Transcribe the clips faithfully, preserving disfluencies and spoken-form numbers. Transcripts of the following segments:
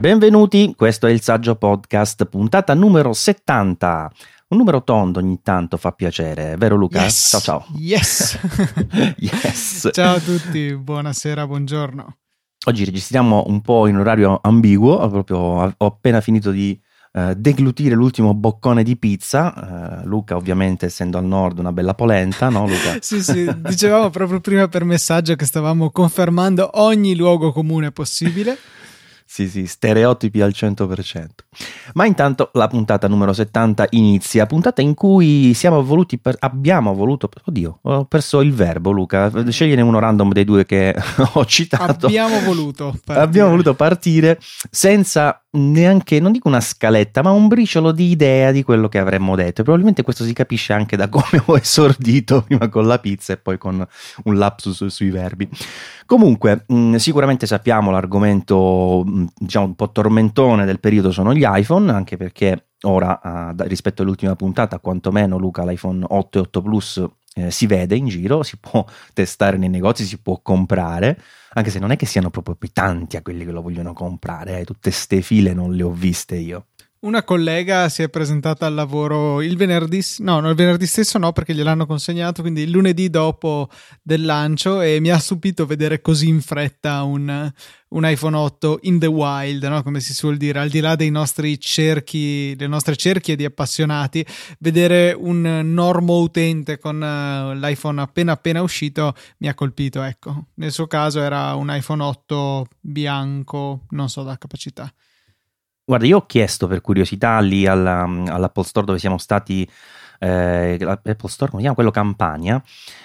Benvenuti, questo è il Saggio Podcast, puntata numero settanta. Un numero tondo ogni tanto fa piacere, vero Luca? Yes, ciao ciao. Yes. Yes. Ciao a tutti, buonasera, buongiorno. Oggi registriamo un po' in orario ambiguo, proprio ho appena finito di uh, deglutire l'ultimo boccone di pizza. Uh, Luca ovviamente, essendo al nord, una bella polenta, no Luca? Sì, sì, dicevamo proprio prima per messaggio che stavamo confermando ogni luogo comune possibile. Sì, sì, stereotipi al cento per cento. Ma intanto la puntata numero settanta inizia, puntata in cui siamo voluti per, abbiamo voluto, oddio, ho perso il verbo Luca, scegliene uno random dei due che ho citato. Abbiamo voluto partire. Abbiamo voluto partire senza neanche, non dico una scaletta, ma un briciolo di idea di quello che avremmo detto. E probabilmente questo si capisce anche da come ho esordito, prima con la pizza e poi con un lapsus sui verbi. Comunque, mh, sicuramente sappiamo l'argomento, mh, diciamo, un po' tormentone del periodo sono gli iPhone, anche perché ora, uh, rispetto all'ultima puntata, quantomeno Luca, l'iPhone otto e otto Plus eh, si vede in giro, si può testare nei negozi, si può comprare, anche se non è che siano proprio tanti a quelli che lo vogliono comprare, eh, tutte ste file non le ho viste io. Una collega si è presentata al lavoro il venerdì, no, no, il venerdì stesso no, perché gliel'hanno consegnato, quindi il lunedì dopo del lancio, e mi ha stupito vedere così in fretta un, un iPhone otto in the wild, no? Come si suol dire, al di là dei nostri cerchi, le nostre cerchie di appassionati, vedere un normo utente con uh, l'iPhone appena appena uscito mi ha colpito, ecco. Nel suo caso era un iPhone otto bianco, non so la capacità. Guarda, io ho chiesto per curiosità lì alla, all'Apple Store dove siamo stati, eh, l'Apple Store, come si chiama? Quello Campania,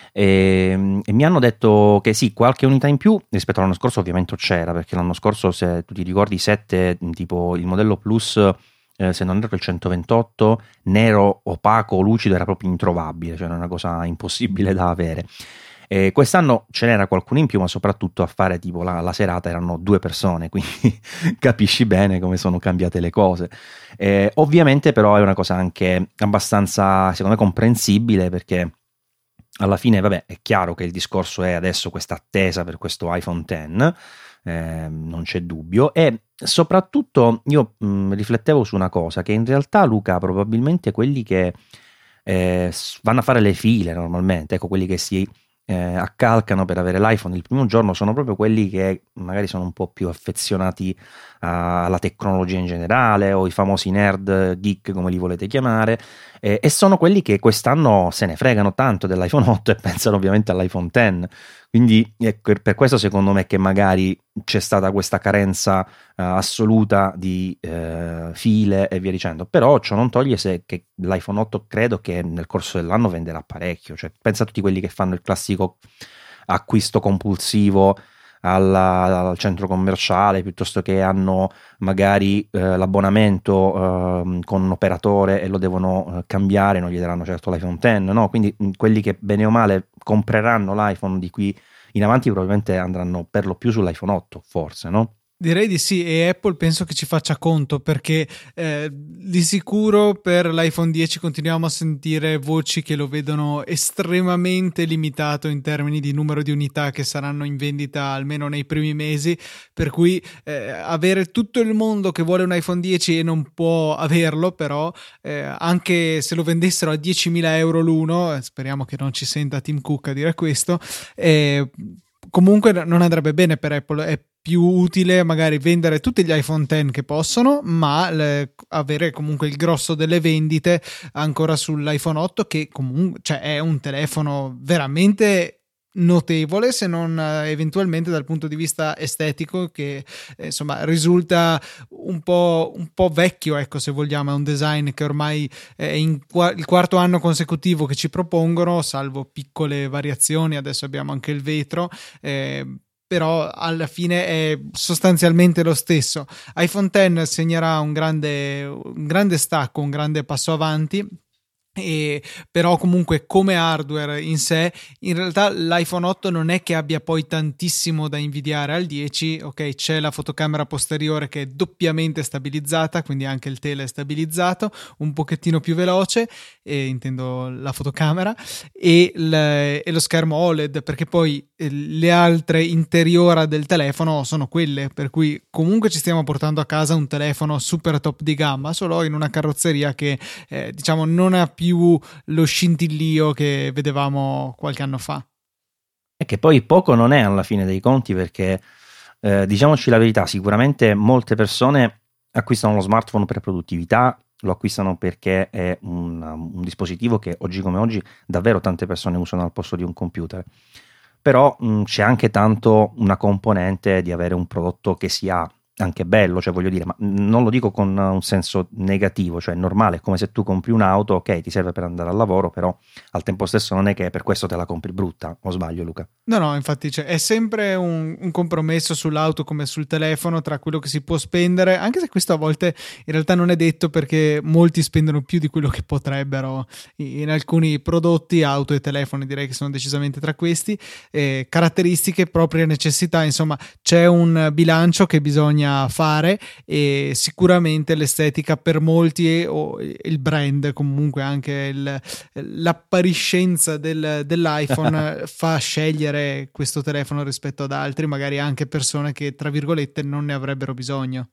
e, e mi hanno detto che sì, qualche unità in più rispetto all'anno scorso ovviamente c'era, perché l'anno scorso, se tu ti ricordi, sette, tipo il modello Plus, eh, se non erro il centoventotto, nero, opaco, lucido, era proprio introvabile, cioè era una cosa impossibile da avere. Eh, quest'anno ce n'era qualcuno in più, ma soprattutto a fare tipo la, la serata erano due persone, quindi capisci bene come sono cambiate le cose. Eh, ovviamente però è una cosa anche abbastanza, secondo me, comprensibile, perché alla fine, vabbè, è chiaro che il discorso è adesso questa attesa per questo iPhone X, eh, non c'è dubbio, e soprattutto io mh, riflettevo su una cosa, che in realtà, Luca, probabilmente quelli che eh, vanno a fare le file normalmente, ecco, quelli che si Eh, accalcano per avere l'iPhone il primo giorno, sono proprio quelli che magari sono un po' più affezionati a, alla tecnologia in generale, o i famosi nerd geek, come li volete chiamare, eh, e sono quelli che quest'anno se ne fregano tanto dell'iPhone otto e pensano ovviamente all'iPhone X. Quindi ecco, per questo secondo me che magari c'è stata questa carenza uh, assoluta di uh, file e via dicendo. Però ciò non toglie se che l'iPhone otto credo che nel corso dell'anno venderà parecchio. Cioè, pensa a tutti quelli che fanno il classico acquisto compulsivo alla, al centro commerciale, piuttosto che hanno magari eh, l'abbonamento eh, con un operatore e lo devono eh, cambiare, non gli daranno certo l'iPhone X, no? Quindi mh, quelli che bene o male compreranno l'iPhone di qui in avanti probabilmente andranno per lo più sull'iPhone otto, forse, no? Direi di sì, e Apple penso che ci faccia conto, perché eh, di sicuro per l'iPhone dieci continuiamo a sentire voci che lo vedono estremamente limitato in termini di numero di unità che saranno in vendita almeno nei primi mesi, per cui eh, avere tutto il mondo che vuole un iPhone dieci e non può averlo, però eh, anche se lo vendessero a diecimila euro l'uno, eh, speriamo che non ci senta Tim Cook a dire questo, eh, comunque non andrebbe bene per Apple. È più utile magari vendere tutti gli iPhone X che possono, ma le, avere comunque il grosso delle vendite ancora sull'iPhone otto, che comunque, cioè, è un telefono veramente notevole, se non eh, eventualmente dal punto di vista estetico, che eh, insomma risulta un po', un po' vecchio, ecco, se vogliamo. È un design che ormai è in qu- il quarto anno consecutivo che ci propongono, salvo piccole variazioni. Adesso abbiamo anche il vetro, eh, però alla fine è sostanzialmente lo stesso. iPhone X segnerà un grande, un grande stacco, un grande passo avanti, E però comunque come hardware in sé, in realtà l'iPhone otto non è che abbia poi tantissimo da invidiare al dieci. Ok, c'è la fotocamera posteriore che è doppiamente stabilizzata, quindi anche il tele è stabilizzato, un pochettino più veloce, e intendo la fotocamera, e, le, e lo schermo O L E D, perché poi eh, le altre interiora del telefono sono quelle, per cui comunque ci stiamo portando a casa un telefono super top di gamma, solo in una carrozzeria che eh, diciamo non ha più lo scintillio che vedevamo qualche anno fa. E che poi poco non è alla fine dei conti, perché eh, diciamoci la verità, sicuramente molte persone acquistano lo smartphone per produttività, lo acquistano perché è un, un dispositivo che oggi come oggi davvero tante persone usano al posto di un computer. Però mh, c'è anche tanto una componente di avere un prodotto che sia anche bello, cioè voglio dire, ma non lo dico con un senso negativo, cioè è normale, è come se tu compri un'auto, ok, ti serve per andare al lavoro, però al tempo stesso non è che per questo te la compri brutta, o sbaglio, Luca? No, no, infatti cioè, è sempre un, un compromesso sull'auto come sul telefono tra quello che si può spendere, anche se questo a volte in realtà non è detto, perché molti spendono più di quello che potrebbero in alcuni prodotti, auto e telefoni, direi che sono decisamente tra questi. Eh, caratteristiche, proprie necessità, insomma c'è un bilancio che bisogna fare, e sicuramente l'estetica per molti o il brand, comunque anche il, l'appariscenza del, dell'iPhone fa scegliere questo telefono rispetto ad altri, magari anche persone che tra virgolette non ne avrebbero bisogno.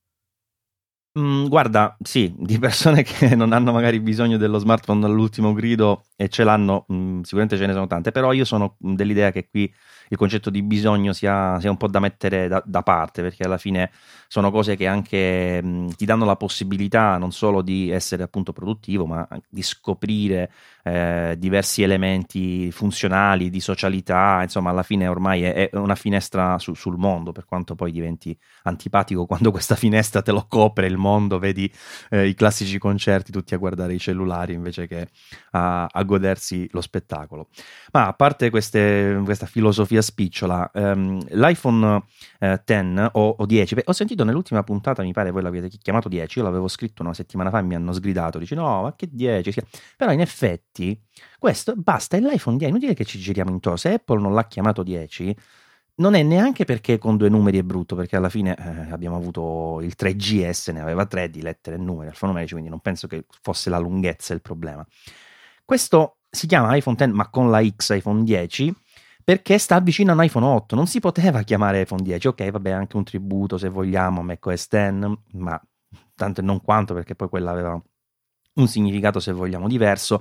Mm, guarda, sì, di persone che non hanno magari bisogno dello smartphone all'ultimo grido e ce l'hanno, mm, sicuramente ce ne sono tante, però io sono dell'idea che qui il concetto di bisogno sia, sia un po' da mettere da, da parte, perché alla fine sono cose che anche mh, ti danno la possibilità non solo di essere appunto produttivo, ma di scoprire eh, diversi elementi funzionali, di socialità, insomma alla fine ormai è, è una finestra su, sul mondo, per quanto poi diventi antipatico quando questa finestra te lo copre il mondo, vedi eh, i classici concerti tutti a guardare i cellulari invece che a, a godersi lo spettacolo. Ma a parte queste, questa filosofia spicciola, ehm, l'iPhone eh, dieci o, o dieci, beh, ho sentito nell'ultima puntata, mi pare voi l'avete chiamato dieci, io l'avevo scritto una settimana fa e mi hanno sgridato, dice no ma che dieci, però in effetti questo basta, è l'iPhone dieci, è inutile che ci giriamo intorno, se Apple non l'ha chiamato dieci non è neanche perché con due numeri è brutto, perché alla fine eh, abbiamo avuto il tre G S, ne aveva tre di lettere e numeri alfanumerici, quindi non penso che fosse la lunghezza il problema. Questo si chiama iPhone dieci ma con la X, iPhone dieci, perché sta vicino a un iPhone otto, non si poteva chiamare iPhone dieci, ok vabbè anche un tributo se vogliamo a macOS dieci, ma tanto e non quanto, perché poi quella aveva un significato se vogliamo diverso.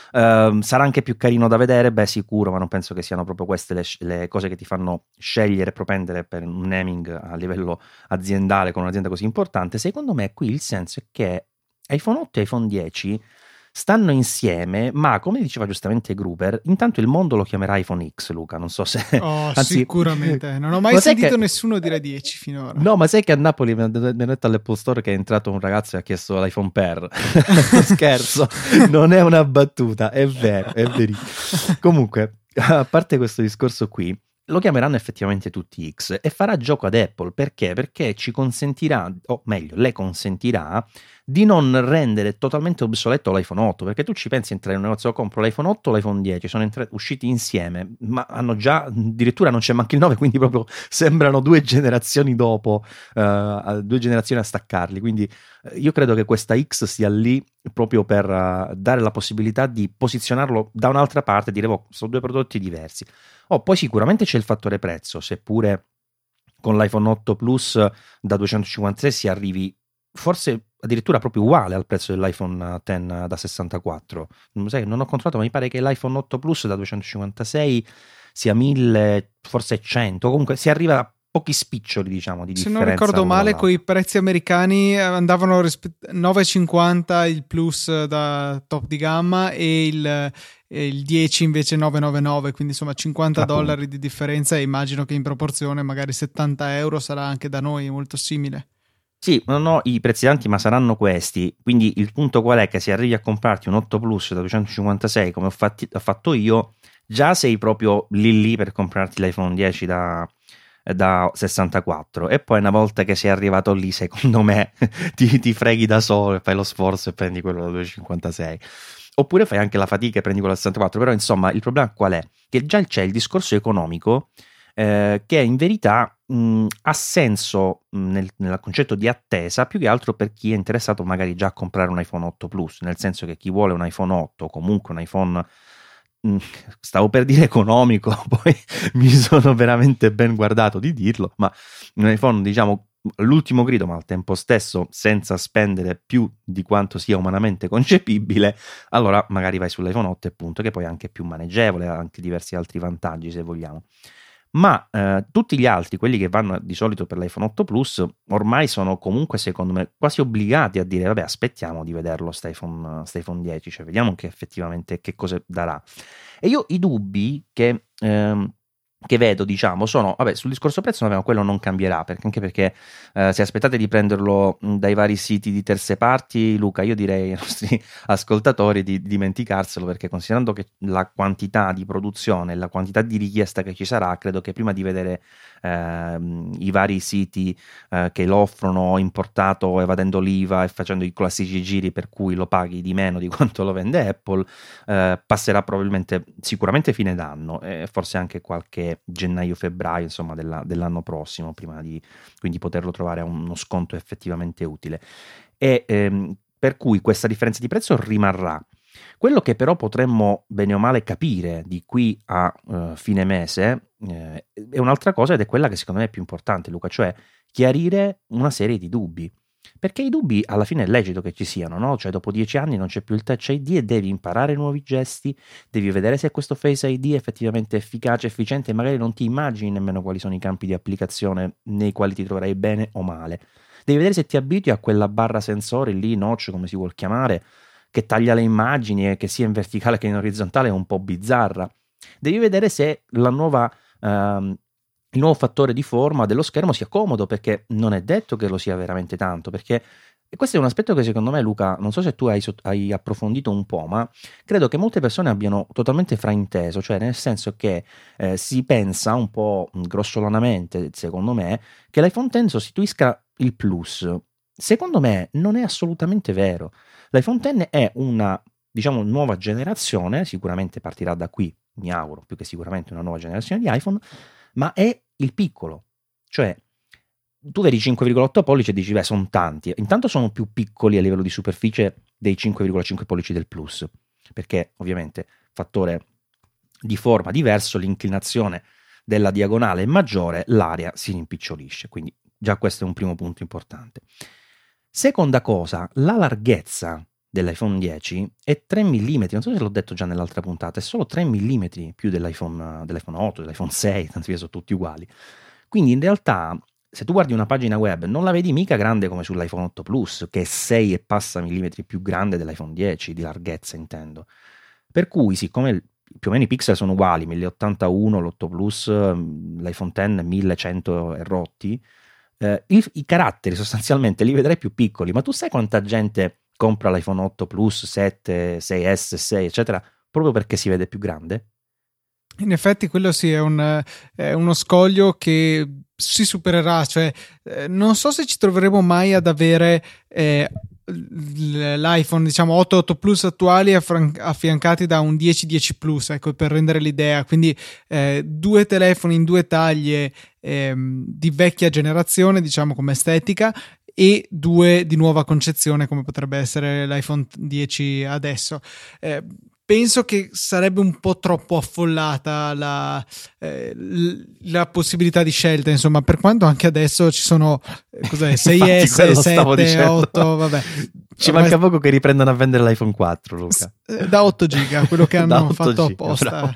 Uh, sarà anche più carino da vedere, beh sicuro, ma non penso che siano proprio queste le, le cose che ti fanno scegliere, propendere per un naming a livello aziendale con un'azienda così importante. Secondo me qui il senso è che iPhone otto e iPhone dieci stanno insieme, ma come diceva giustamente Gruber, intanto il mondo lo chiamerà iPhone X, Luca, non so se... Oh, Anzi, sicuramente, non ho mai sentito che... nessuno dire dieci finora. No, ma sai che a Napoli mi hanno detto all'Apple Store che è entrato un ragazzo e ha chiesto l'iPhone per. Scherzo, non è una battuta, è vero, è verissimo. Comunque, a parte questo discorso qui, lo chiameranno effettivamente tutti X e farà gioco ad Apple, perché? Perché ci consentirà, o meglio, le consentirà di non rendere totalmente obsoleto l'iPhone otto, perché tu ci pensi entrare in un negozio, compro l'iPhone otto o l'iPhone dieci, sono entra- usciti insieme, ma hanno già, addirittura non c'è manco il nove, quindi proprio sembrano due generazioni dopo, uh, due generazioni a staccarli, quindi uh, io credo che questa X sia lì proprio per uh, dare la possibilità di posizionarlo da un'altra parte, dire, oh, sono due prodotti diversi. Oh, poi sicuramente c'è il fattore prezzo, seppure con l'iPhone otto Plus da duecentocinquantasei si arrivi forse addirittura proprio uguale al prezzo dell'iPhone dieci da sessantaquattro. Non, sai, non ho controllato, ma mi pare che l'iPhone otto Plus da duecentocinquantasei sia mille, forse cento, comunque si arriva a pochi spiccioli, diciamo, di se differenza. Se non ricordo male, con i prezzi americani andavano rispe- nove e cinquanta il Plus da top di gamma e il, e il dieci invece nove e novantanove, quindi insomma cinquanta dollari di differenza, e immagino che in proporzione magari settanta euro sarà anche da noi molto simile. Sì, non ho i prezzi tanti, ma saranno questi. Quindi il punto qual è? Che se arrivi a comprarti un otto Plus da duecentocinquantasei come ho, fatti, ho fatto io, già sei proprio lì lì per comprarti l'iPhone dieci da, da sessantaquattro, e poi una volta che sei arrivato lì, secondo me ti, ti freghi da solo e fai lo sforzo e prendi quello da duecentocinquantasei, oppure fai anche la fatica e prendi quello da sessantaquattro. Però insomma il problema qual è? Che già c'è il discorso economico, eh, che in verità mh, ha senso mh, nel, nel concetto di attesa, più che altro per chi è interessato magari già a comprare un iPhone otto Plus, nel senso che chi vuole un iPhone otto o comunque un iPhone, mh, stavo per dire economico, poi mi sono veramente ben guardato di dirlo, ma un iPhone diciamo all'ultimo grido, ma al tempo stesso senza spendere più di quanto sia umanamente concepibile, allora magari vai sull'iPhone otto e punto, che poi è anche più maneggevole, ha anche diversi altri vantaggi se vogliamo. Ma eh, tutti gli altri, quelli che vanno di solito per l'iPhone otto Plus, ormai sono comunque secondo me quasi obbligati a dire vabbè, aspettiamo di vederlo sta iPhone, sta iPhone dieci, cioè vediamo che effettivamente che cosa darà. E io i dubbi che ehm, che vedo, diciamo, sono, vabbè, sul discorso prezzo no, quello non cambierà, perché, anche perché eh, se aspettate di prenderlo mh, dai vari siti di terze parti, Luca, io direi ai nostri ascoltatori di, di dimenticarselo, perché considerando che la quantità di produzione, la quantità di richiesta che ci sarà, credo che prima di vedere eh, i vari siti eh, che lo offrono importato, evadendo l'I V A e facendo i classici giri per cui lo paghi di meno di quanto lo vende Apple, eh, passerà probabilmente sicuramente fine d'anno e forse anche qualche gennaio-febbraio, insomma, della, dell'anno prossimo, prima di quindi poterlo trovare a uno sconto effettivamente utile. E ehm, per cui questa differenza di prezzo rimarrà. Quello che però potremmo bene o male capire di qui a uh, fine mese eh, è un'altra cosa, ed è quella che secondo me è più importante, Luca, cioè chiarire una serie di dubbi. Perché i dubbi alla fine è lecito che ci siano, no? Cioè dopo dieci anni non c'è più il Touch I D e devi imparare nuovi gesti, devi vedere se questo Face I D è effettivamente efficace, efficiente, e magari non ti immagini nemmeno quali sono i campi di applicazione nei quali ti troverai bene o male. Devi vedere se ti abitui a quella barra sensore lì, notch come si vuol chiamare, che taglia le immagini e che sia in verticale che in orizzontale è un po' bizzarra. Devi vedere se la nuova... Uh, il nuovo fattore di forma dello schermo sia comodo, perché non è detto che lo sia veramente tanto, perché e questo è un aspetto che secondo me, Luca, non so se tu hai, hai approfondito un po', ma credo che molte persone abbiano totalmente frainteso, cioè nel senso che eh, si pensa un po' grossolanamente, secondo me, che l'iPhone X sostituisca il Plus. Secondo me non è assolutamente vero. L'iPhone X è una, diciamo, nuova generazione, sicuramente partirà da qui, mi auguro, più che sicuramente una nuova generazione di iPhone, ma è il piccolo, cioè tu vedi cinque virgola otto pollici e dici beh, sono tanti, intanto sono più piccoli a livello di superficie dei cinque virgola cinque pollici del Plus, perché ovviamente fattore di forma diverso, l'inclinazione della diagonale è maggiore, l'area si rimpicciolisce, quindi già questo è un primo punto importante. Seconda cosa, la larghezza dell'iPhone dieci è tre millimetri, non so se l'ho detto già nell'altra puntata, è solo tre millimetri più dell'iPhone, dell'iPhone otto, dell'iPhone sei, tanto via sono tutti uguali. Quindi in realtà se tu guardi una pagina web non la vedi mica grande come sull'iPhone otto Plus, che è sei e passa millimetri più grande dell'iPhone dieci, di larghezza intendo. Per cui siccome più o meno i pixel sono uguali, mille ottantuno l'otto Plus, l'iPhone X millecento e rotti, eh, i, i caratteri sostanzialmente li vedrai più piccoli, ma tu sai quanta gente compra l'iPhone otto Plus, sette, sei S, sei eccetera proprio perché si vede più grande? In effetti quello sì è, un, è uno scoglio che si supererà, cioè eh, non so se ci troveremo mai ad avere eh, l'iPhone diciamo otto otto Plus attuali affiancati da un dieci dieci Plus, ecco, per rendere l'idea, quindi eh, due telefoni in due taglie eh, di vecchia generazione, diciamo, come estetica, e due di nuova concezione come potrebbe essere l'iPhone dieci adesso. Eh, penso che sarebbe un po' troppo affollata la, eh, la possibilità di scelta, insomma, per quanto anche adesso ci sono eh, cos'è, sei S, sette, otto, vabbè. Ci manca poco che riprendano a vendere l'iPhone quattro, Luca. Da otto giga, quello che hanno fatto apposta.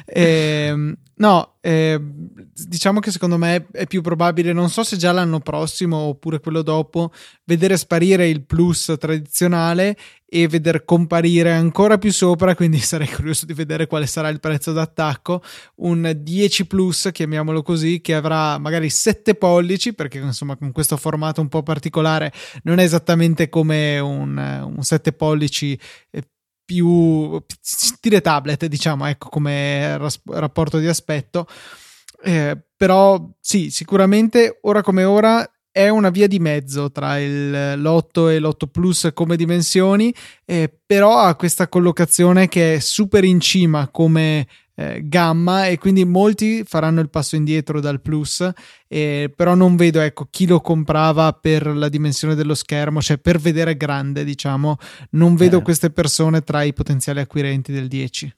Eh, no, eh, diciamo che secondo me è più probabile, non so se già l'anno prossimo oppure quello dopo, vedere sparire il Plus tradizionale e veder comparire ancora più sopra, quindi sarei curioso di vedere quale sarà il prezzo d'attacco, un dieci Plus, chiamiamolo così, che avrà magari sette pollici, perché insomma con questo formato un po' particolare non è esattamente come un, un sette pollici eh, più stile tablet, diciamo, ecco, come ras- rapporto di aspetto. Eh, però sì, sicuramente ora come ora è una via di mezzo tra il, l'otto e l'otto Plus come dimensioni, eh, però ha questa collocazione che è super in cima come eh, gamma, e quindi molti faranno il passo indietro dal Plus, eh, però non vedo, ecco, chi lo comprava per la dimensione dello schermo, cioè per vedere grande, diciamo, non vedo Eh. queste persone tra i potenziali acquirenti del dieci.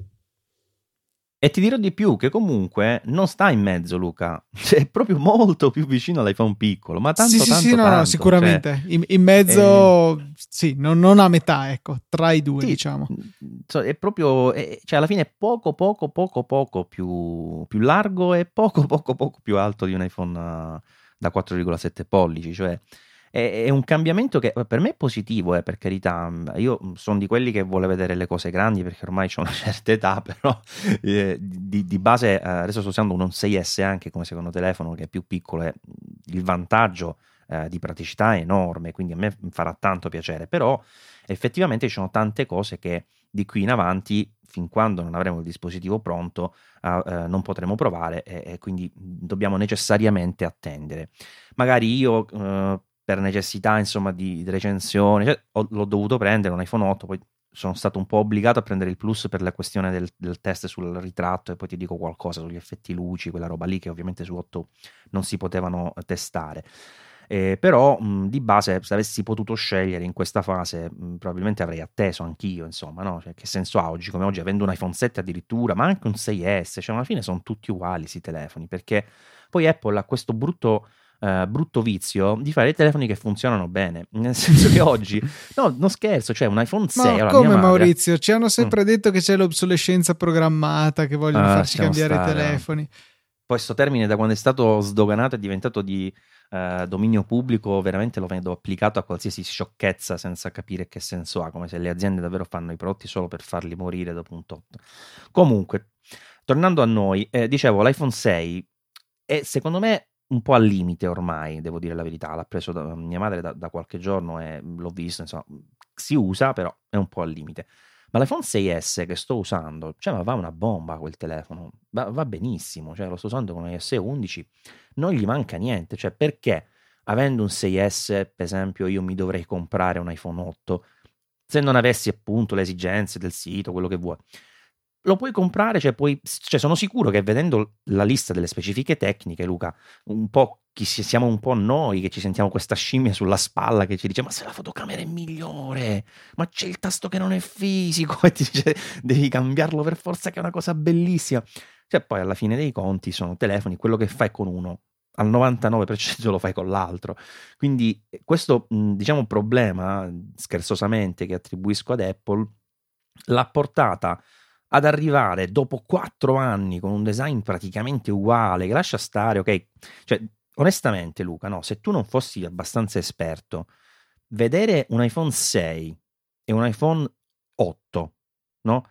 E ti dirò di più, che comunque non sta in mezzo, Luca, cioè, è proprio molto più vicino all'iPhone piccolo, ma Sì, tanto sì, sì, tanto no, no, tanto, cioè, sicuramente. In, in è, mezzo, sì, non, non a metà, ecco, tra i due, sì, diciamo. so- è proprio, è- cioè alla fine è poco poco poco poco più, più largo e poco poco poco più alto di un iPhone eh, da quattro virgola sette pollici, cioè è, è un cambiamento che per me è positivo, eh, per carità. Io sono di quelli che vuole vedere le cose grandi perché ormai ho una certa età, però eh, di, di base eh, adesso sto usando un sei S anche come secondo telefono, che è più piccolo, e il vantaggio eh, di praticità è enorme, quindi a me farà tanto piacere, però effettivamente ci sono tante cose che di qui in avanti, fin quando non avremo il dispositivo pronto, eh, eh, non potremo provare, e, e quindi dobbiamo necessariamente attendere. Magari io, eh, per necessità, insomma, di, di recensione, cioè, ho- l'ho dovuto prendere un iPhone otto, poi sono stato un po' obbligato a prendere il Plus per la questione del, del test sul ritratto, e poi ti dico qualcosa sugli effetti luci, quella roba lì che ovviamente su otto non si potevano testare. Eh, però mh, di base, se avessi potuto scegliere in questa fase, mh, probabilmente avrei atteso anch'io, insomma, no? Cioè, che senso ha oggi come oggi, avendo un iPhone sette addirittura, ma anche un sei S, cioè alla fine sono tutti uguali questi telefoni, perché poi Apple ha questo brutto, eh, brutto vizio di fare dei telefoni che funzionano bene, nel senso che oggi, no, non scherzo, cioè un iPhone sei, Ma allora mia come, madre... Maurizio? Ci hanno Mm. sempre detto che c'è l'obsolescenza programmata, che vogliono Ah, farci lasciamo cambiare i stare, no. telefoni. Poi questo termine, da quando è stato sdoganato, è diventato di eh, dominio pubblico, veramente lo vedo applicato a qualsiasi sciocchezza senza capire che senso ha, come se le aziende davvero fanno i prodotti solo per farli morire dopo un tot. Comunque, tornando a noi, eh, dicevo, l'iPhone sei è secondo me un po' al limite ormai, devo dire la verità, l'ha preso da mia madre da, da qualche giorno e l'ho visto, insomma, si usa, però è un po' al limite. Ma l'iPhone sei S che sto usando, cioè, ma va una bomba quel telefono, va, va benissimo, cioè lo sto usando con iOS undici, non gli manca niente, cioè perché avendo un sei S, per esempio, io mi dovrei comprare un iPhone otto se non avessi appunto le esigenze del sito, quello che vuoi. Lo puoi comprare, cioè, puoi, cioè sono sicuro che vedendo la lista delle specifiche tecniche, Luca, un po' chi si- siamo un po' noi che ci sentiamo questa scimmia sulla spalla che ci dice: ma se la fotocamera è migliore, ma c'è il tasto che non è fisico, e ti dice devi cambiarlo per forza, che è una cosa bellissima. Cioè, poi alla fine dei conti sono telefoni, quello che fai con uno al novantanove per cento lo fai con l'altro. Quindi eh, questo, mh, diciamo, problema, scherzosamente, che attribuisco ad Apple, l'ha portata ad arrivare dopo quattro anni con un design praticamente uguale, che lascia stare, ok? Cioè, onestamente, Luca, no, se tu non fossi abbastanza esperto, vedere un iPhone sei e un iPhone otto, no?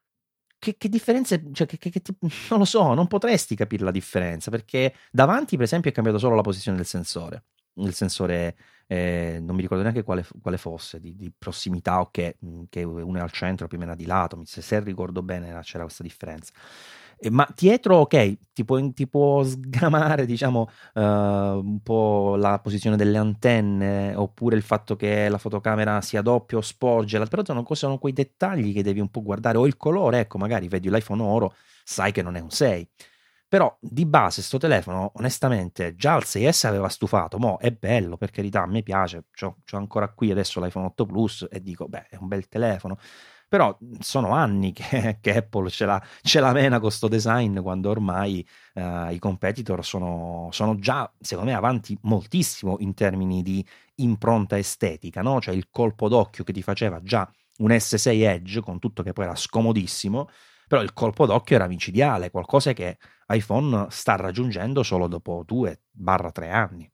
Che, che differenze, cioè, che, che- che ti- non lo so, non potresti capire la differenza, perché davanti, per esempio, è cambiato solo la posizione del sensore. Il sensore, eh, non mi ricordo neanche quale, quale fosse, di, di prossimità o che, mh, che uno è al centro, prima era di lato, mi- se, se ricordo bene c'era questa differenza. Eh, ma dietro, ok, ti può, ti può sgamare, diciamo, eh, un po' la posizione delle antenne, oppure il fatto che la fotocamera sia doppia o sporge, la- però sono, cose- sono quei dettagli che devi un po' guardare, o il colore, ecco, magari vedi l'iPhone oro, sai che non è un sei. Però di base sto telefono, onestamente, già il sei S aveva stufato, mo' è bello, per carità, a me piace, c'ho, c'ho ancora qui adesso l'iPhone otto Plus e dico, beh, è un bel telefono. Però sono anni che, che Apple ce la, ce la mena con sto design, quando ormai eh, i competitor sono, sono già, secondo me, avanti moltissimo in termini di impronta estetica, no? Cioè il colpo d'occhio che ti faceva già un S sei Edge, con tutto che poi era scomodissimo, però il colpo d'occhio era micidiale, qualcosa che iPhone sta raggiungendo solo dopo due tre anni.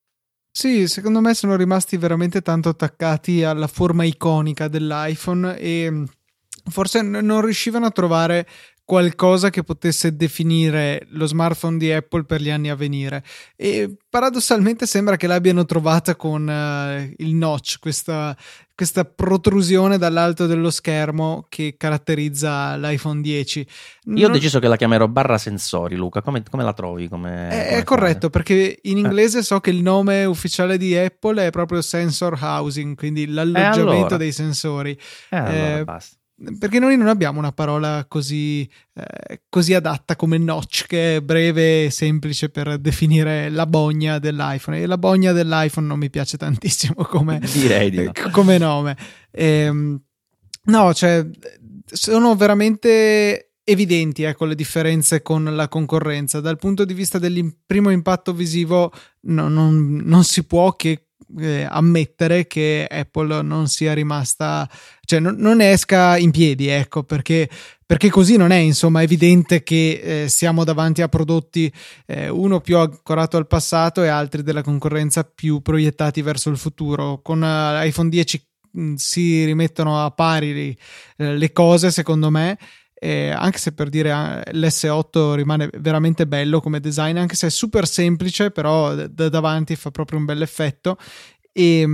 Sì, secondo me sono rimasti veramente tanto attaccati alla forma iconica dell'iPhone, e forse n- non riuscivano a trovare qualcosa che potesse definire lo smartphone di Apple per gli anni a venire, e paradossalmente sembra che l'abbiano trovata con uh, il notch, questa, questa protrusione dall'alto dello schermo che caratterizza l'iPhone dieci. Io ho deciso che la chiamerò barra sensori, Luca, come, come la trovi? Come, è, come è corretto, perché in inglese eh. so che il nome ufficiale di Apple è proprio sensor housing, quindi l'alloggiamento allora. dei sensori. Eh, allora eh, basta. Perché noi non abbiamo una parola così, eh, così adatta come notch, che è breve e semplice per definire la bogna dell'iPhone, e la bogna dell'iPhone non mi piace tantissimo come, Direi di no. come nome. Ehm, no, cioè sono veramente evidenti, ecco, le differenze con la concorrenza. Dal punto di vista del primo impatto visivo no, non, non si può che Eh, ammettere che Apple non sia rimasta, cioè non, non esca in piedi, ecco, perché, perché così non è. Insomma, è evidente che eh, siamo davanti a prodotti, eh, uno più ancorato al passato e altri della concorrenza più proiettati verso il futuro. Con uh, iPhone dieci mh, si rimettono a pari eh, le cose, secondo me. Eh, anche se, per dire, l'S otto rimane veramente bello come design, anche se è super semplice, però da davanti fa proprio un bel effetto, e,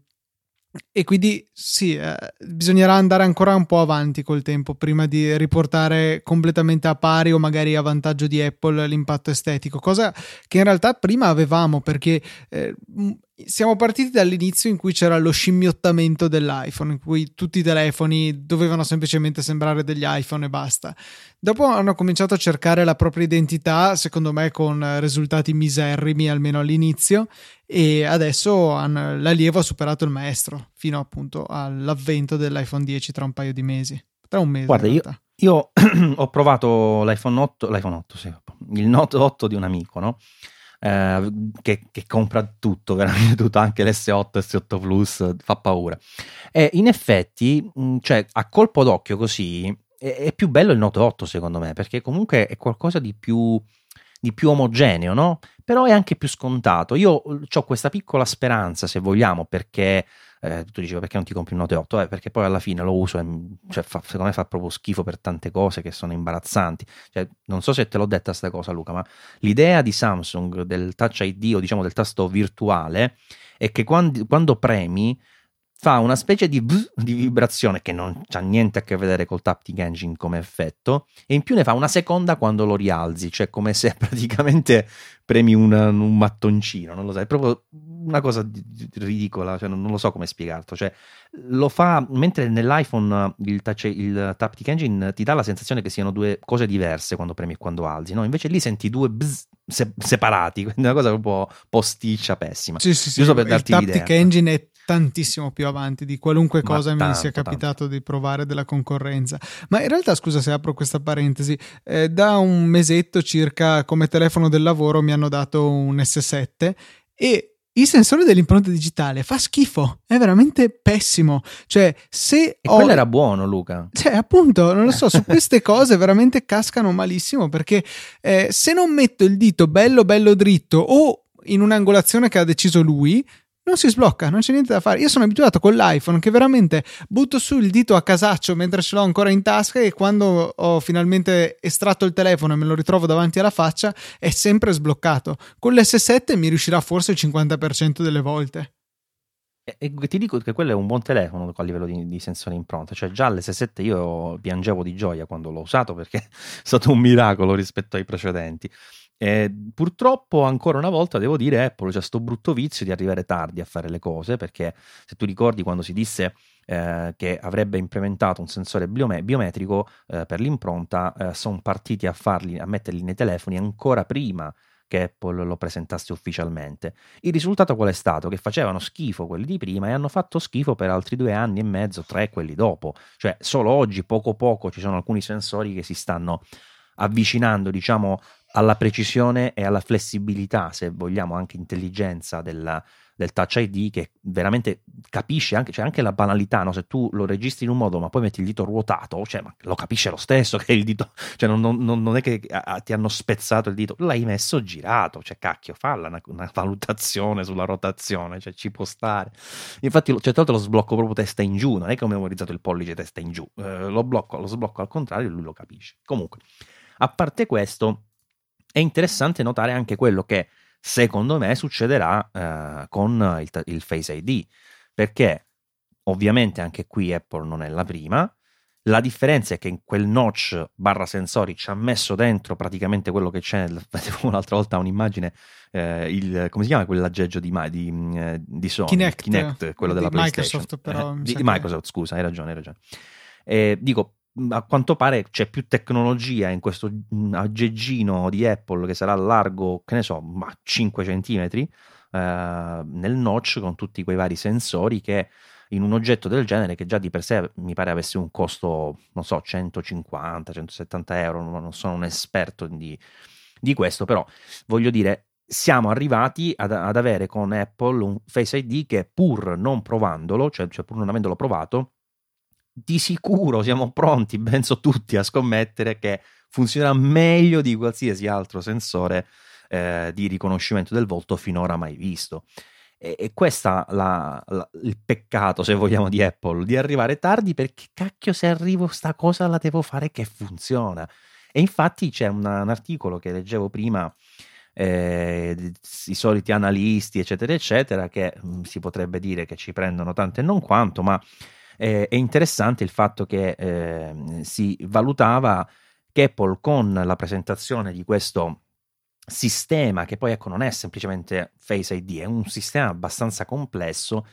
e quindi sì, eh, bisognerà andare ancora un po' avanti col tempo prima di riportare completamente a pari o magari a vantaggio di Apple l'impatto estetico, cosa che in realtà prima avevamo, perché eh, siamo partiti dall'inizio in cui c'era lo scimmiottamento dell'iPhone, in cui tutti i telefoni dovevano semplicemente sembrare degli iPhone e basta. Dopo hanno cominciato a cercare la propria identità, secondo me con risultati miserrimi almeno all'inizio, e adesso hanno, l'allievo ha superato il maestro fino appunto all'avvento dell'iPhone dieci tra un paio di mesi, tra un mese. Guarda, io, io ho provato l'iPhone otto, l'iPhone otto, sì, il Note otto di un amico, no? Eh, che, che compra tutto, veramente tutto, anche l'S otto, S otto Plus, fa paura. E in effetti, mh, cioè, a colpo d'occhio così, è, è più bello il Note otto secondo me, perché comunque è qualcosa di più, di più omogeneo, no? Però è anche più scontato. Io ho questa piccola speranza, se vogliamo, perché eh, tu dicevi perché non ti compri un Note otto? Eh, perché poi alla fine lo uso e cioè, fa, secondo me fa proprio schifo per tante cose che sono imbarazzanti. Cioè, non so se te l'ho detta sta cosa, Luca, ma l'idea di Samsung del Touch I D, o diciamo del tasto virtuale, è che quando, quando premi fa una specie di, di vibrazione che non c'ha niente a che vedere col Taptic Engine come effetto, e in più ne fa una seconda quando lo rialzi, cioè come se praticamente premi una, un mattoncino, non lo so, è proprio una cosa di, di, ridicola, cioè non, non lo so come spiegarlo, cioè lo fa, mentre nell'iPhone il, touch, il Taptic Engine ti dà la sensazione che siano due cose diverse quando premi e quando alzi, no? Invece lì senti due bzz se, separati, quindi è una cosa un po' posticcia, pessima. Sì, sì, sì, giusto per il darti Taptic l'idea. Engine è tantissimo più avanti di qualunque Ma cosa tanto, mi sia capitato tanto. di provare della concorrenza. Ma in realtà, scusa se apro questa parentesi, eh, da un mesetto circa come telefono del lavoro mi hanno dato un S sette e il sensore dell'impronta digitale fa schifo, è veramente pessimo. Cioè, se E ho... quello era buono, Luca. Cioè, appunto, non lo so, su queste cose veramente cascano malissimo, perché eh, se non metto il dito bello bello dritto o in un'angolazione che ha deciso lui, non si sblocca, non c'è niente da fare. Io sono abituato con l'iPhone che veramente butto su il dito a casaccio mentre ce l'ho ancora in tasca, e quando ho finalmente estratto il telefono e me lo ritrovo davanti alla faccia è sempre sbloccato. Con l'S sette mi riuscirà forse il cinquanta per cento delle volte. E, e ti dico che quello è un buon telefono a livello di, di sensore impronta, cioè già l'S sette io piangevo di gioia quando l'ho usato, perché è stato un miracolo rispetto ai precedenti. Eh, purtroppo ancora una volta devo dire Apple c'ha sto brutto vizio di arrivare tardi a fare le cose, perché se tu ricordi quando si disse eh, che avrebbe implementato un sensore biome- biometrico eh, per l'impronta, eh, sono partiti a farli, a metterli nei telefoni ancora prima che Apple lo presentasse ufficialmente. Il risultato qual è stato? Che facevano schifo quelli di prima e hanno fatto schifo per altri due anni e mezzo, tre quelli dopo. Cioè solo oggi poco poco ci sono alcuni sensori che si stanno avvicinando, diciamo, alla precisione e alla flessibilità, se vogliamo anche intelligenza della, del Touch I D, che veramente capisce anche, cioè anche la banalità, no? Se tu lo registri in un modo ma poi metti il dito ruotato, cioè, ma lo capisce lo stesso che il dito, cioè non, non, non è che ah, ti hanno spezzato il dito, l'hai messo girato, cioè cacchio, falla una, una valutazione sulla rotazione, cioè ci può stare. Infatti certe volte lo sblocco proprio testa in giù, non è che ho memorizzato il pollice testa in giù, eh, lo blocco, lo sblocco al contrario e lui lo capisce. Comunque, a parte questo, è interessante notare anche quello che secondo me succederà eh, con il, il Face I D, perché ovviamente anche qui Apple non è la prima. La differenza è che in quel notch barra sensori ci ha messo dentro praticamente quello che c'è nel, l'altra volta un'immagine, eh, il, come si chiama quell'aggeggio di, di, di Sony? Kinect, Kinect, quello della PlayStation. Microsoft, però, eh, di, di Microsoft, scusa, hai ragione, hai ragione. Eh, dico, a quanto pare c'è più tecnologia in questo aggeggino di Apple che sarà largo, che ne so, ma cinque centimetri eh, nel notch, con tutti quei vari sensori, che in un oggetto del genere, che già di per sé mi pare avesse un costo, non so, centocinquanta centosettanta euro, non sono un esperto di, di questo, però voglio dire, siamo arrivati ad, ad avere con Apple un Face I D che, pur non provandolo, cioè, cioè pur non avendolo provato, di sicuro siamo pronti, penso tutti, a scommettere che funzionerà meglio di qualsiasi altro sensore eh, di riconoscimento del volto finora mai visto. E, e questo è il peccato, se vogliamo, di Apple, di arrivare tardi, perché cacchio, se arrivo sta cosa la devo fare che funziona. E infatti c'è una, un articolo che leggevo prima, eh, i soliti analisti eccetera eccetera, che mh, si potrebbe dire che ci prendono tanto e non quanto, ma è interessante il fatto che eh, si valutava che Apple, con la presentazione di questo sistema, che poi ecco non è semplicemente Face I D, è un sistema abbastanza complesso,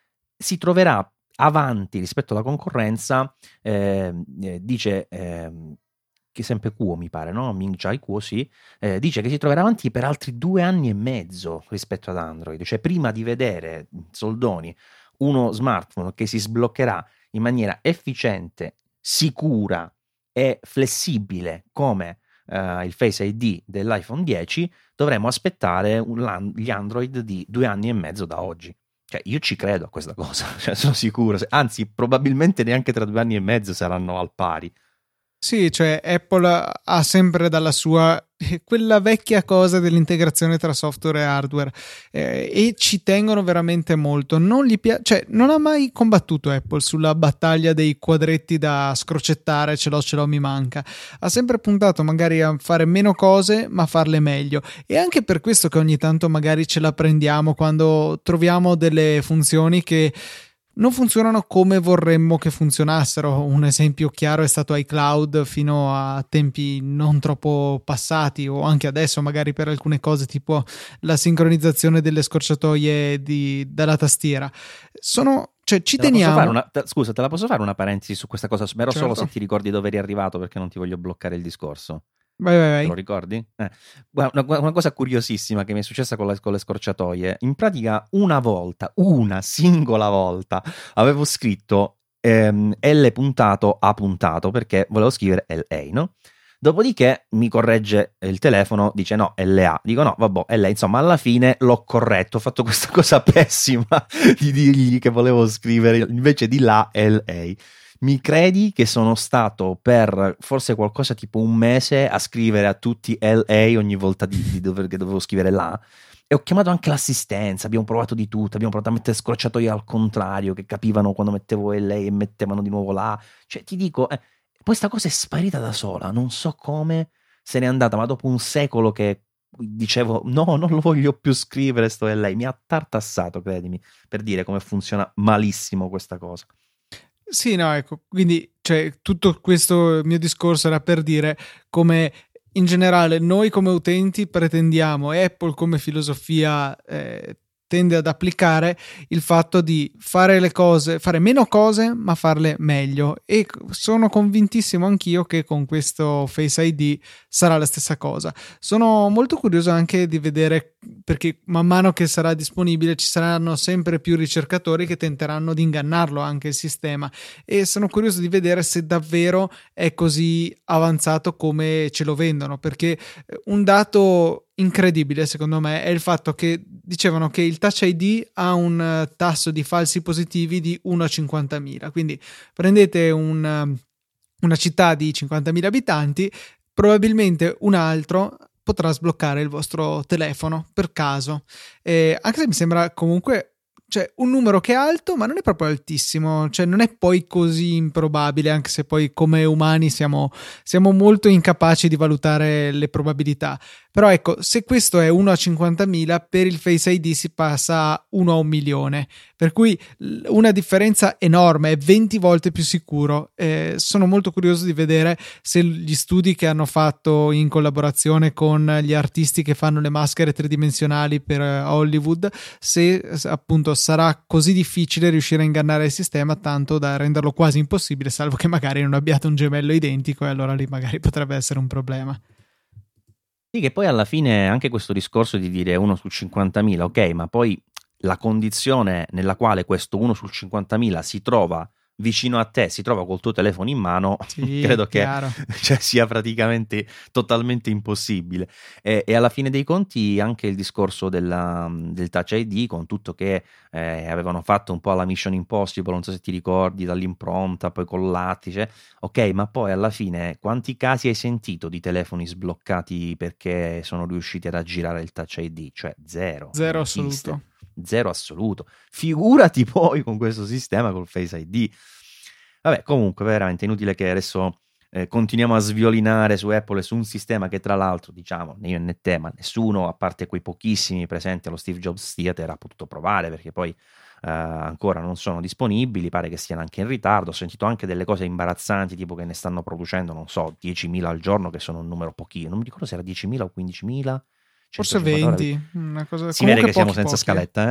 si troverà avanti rispetto alla concorrenza, eh, eh, dice eh, che sempre Kuo mi pare, no? Ming Chiu Kuo, sì, eh, dice che si troverà avanti per altri due anni e mezzo rispetto ad Android, cioè prima di vedere, soldoni, uno smartphone che si sbloccherà in maniera efficiente, sicura e flessibile come uh, il Face I D dell'iPhone dieci, dovremo aspettare un, gli Android di due anni e mezzo da oggi. Cioè, io ci credo a questa cosa, cioè, sono sicuro, anzi probabilmente neanche tra due anni e mezzo saranno al pari. Sì, cioè Apple ha sempre dalla sua quella vecchia cosa dell'integrazione tra software e hardware, eh, e ci tengono veramente molto. Non gli piace, cioè non ha mai combattuto Apple sulla battaglia dei quadretti da scrocettare, ce l'ho, ce l'ho, mi manca. Ha sempre puntato magari a fare meno cose ma farle meglio, e anche per questo che ogni tanto magari ce la prendiamo quando troviamo delle funzioni che non funzionano come vorremmo che funzionassero. Un esempio chiaro è stato iCloud fino a tempi non troppo passati, o anche adesso magari per alcune cose, tipo la sincronizzazione delle scorciatoie di, dalla tastiera. Sono, cioè ci te teniamo. Fare una, te, scusa, te la posso fare una parentesi su questa cosa? Però certo, solo se ti ricordi dove eri arrivato, perché non ti voglio bloccare il discorso. Vai, vai, vai. Te lo ricordi? Eh. Una, una cosa curiosissima che mi è successa con le, con le scorciatoie. In pratica, una volta, una singola volta, avevo scritto ehm, L puntato A puntato, perché volevo scrivere L A, no? Dopodiché mi corregge il telefono, dice no, L A. Dico no, vabbè, L A. Insomma, alla fine l'ho corretto, ho fatto questa cosa pessima di dirgli che volevo scrivere invece di là L A. Mi credi che sono stato per forse qualcosa tipo un mese a scrivere a tutti L A ogni volta di, di dover, che dovevo scrivere là? E ho chiamato anche l'assistenza, abbiamo provato di tutto, abbiamo provato a mettere scorciatoie al contrario, che capivano quando mettevo L A e mettevano di nuovo là. Cioè, ti dico, eh, poi sta cosa è sparita da sola, non so come se n'è andata, ma dopo un secolo che dicevo no, non lo voglio più scrivere sto L A, mi ha tartassato, credimi, per dire come funziona malissimo questa cosa. Sì, no, ecco, quindi cioè, tutto questo mio discorso era per dire come in generale noi come utenti pretendiamo, Apple come filosofia eh, tende ad applicare il fatto di fare le cose, fare meno cose ma farle meglio, e sono convintissimo anch'io che con questo Face I D sarà la stessa cosa. Sono molto curioso anche di vedere, perché man mano che sarà disponibile ci saranno sempre più ricercatori che tenteranno di ingannarlo anche il sistema, e sono curioso di vedere se davvero è così avanzato come ce lo vendono, perché un dato incredibile secondo me è il fatto che dicevano che il Touch I D ha un tasso di falsi positivi di uno a cinquantamila, quindi prendete un, una città di cinquantamila abitanti, probabilmente un altro potrà sbloccare il vostro telefono per caso, eh, anche se mi sembra comunque, cioè, un numero che è alto ma non è proprio altissimo, cioè non è poi così improbabile, anche se poi come umani siamo, siamo molto incapaci di valutare le probabilità. Però ecco, se questo è uno a cinquantamila, per il Face I D si passa a uno a un milione, per cui una differenza enorme, è venti volte più sicuro. Eh, sono molto curioso di vedere se gli studi che hanno fatto in collaborazione con gli artisti che fanno le maschere tridimensionali per Hollywood, se appunto sarà così difficile riuscire a ingannare il sistema tanto da renderlo quasi impossibile, salvo che magari non abbiate un gemello identico, e allora lì magari potrebbe essere un problema. Sì, che poi alla fine anche questo discorso di dire uno su cinquantamila, ok, ma poi la condizione nella quale questo uno su cinquantamila si trova vicino a te, si trova col tuo telefono in mano, sì, credo chiaro. che cioè, sia praticamente totalmente impossibile. E, e alla fine dei conti anche il discorso della, del Touch I D, con tutto che eh, avevano fatto un po' alla Mission Impossible, non so se ti ricordi, dall'impronta, poi con l'attice, ok, ma poi alla fine quanti casi hai sentito di telefoni sbloccati perché sono riusciti ad aggirare il Touch I D? Cioè zero. Zero assoluto. Zero assoluto. Figurati poi con questo sistema col Face I D. Vabbè, comunque veramente inutile che adesso eh, continuiamo a sviolinare su Apple e su un sistema che tra l'altro, diciamo, né io né te, ma nessuno, a parte quei pochissimi presenti allo Steve Jobs Theater, ha potuto provare, perché poi eh, ancora non sono disponibili, pare che siano anche in ritardo. Ho sentito anche delle cose imbarazzanti, tipo che ne stanno producendo, non so, diecimila al giorno, che sono un numero pochino, non mi ricordo se era diecimila o quindicimila. Forse venti, una cosa. Si vede che pochi, siamo senza pochi. scaletta,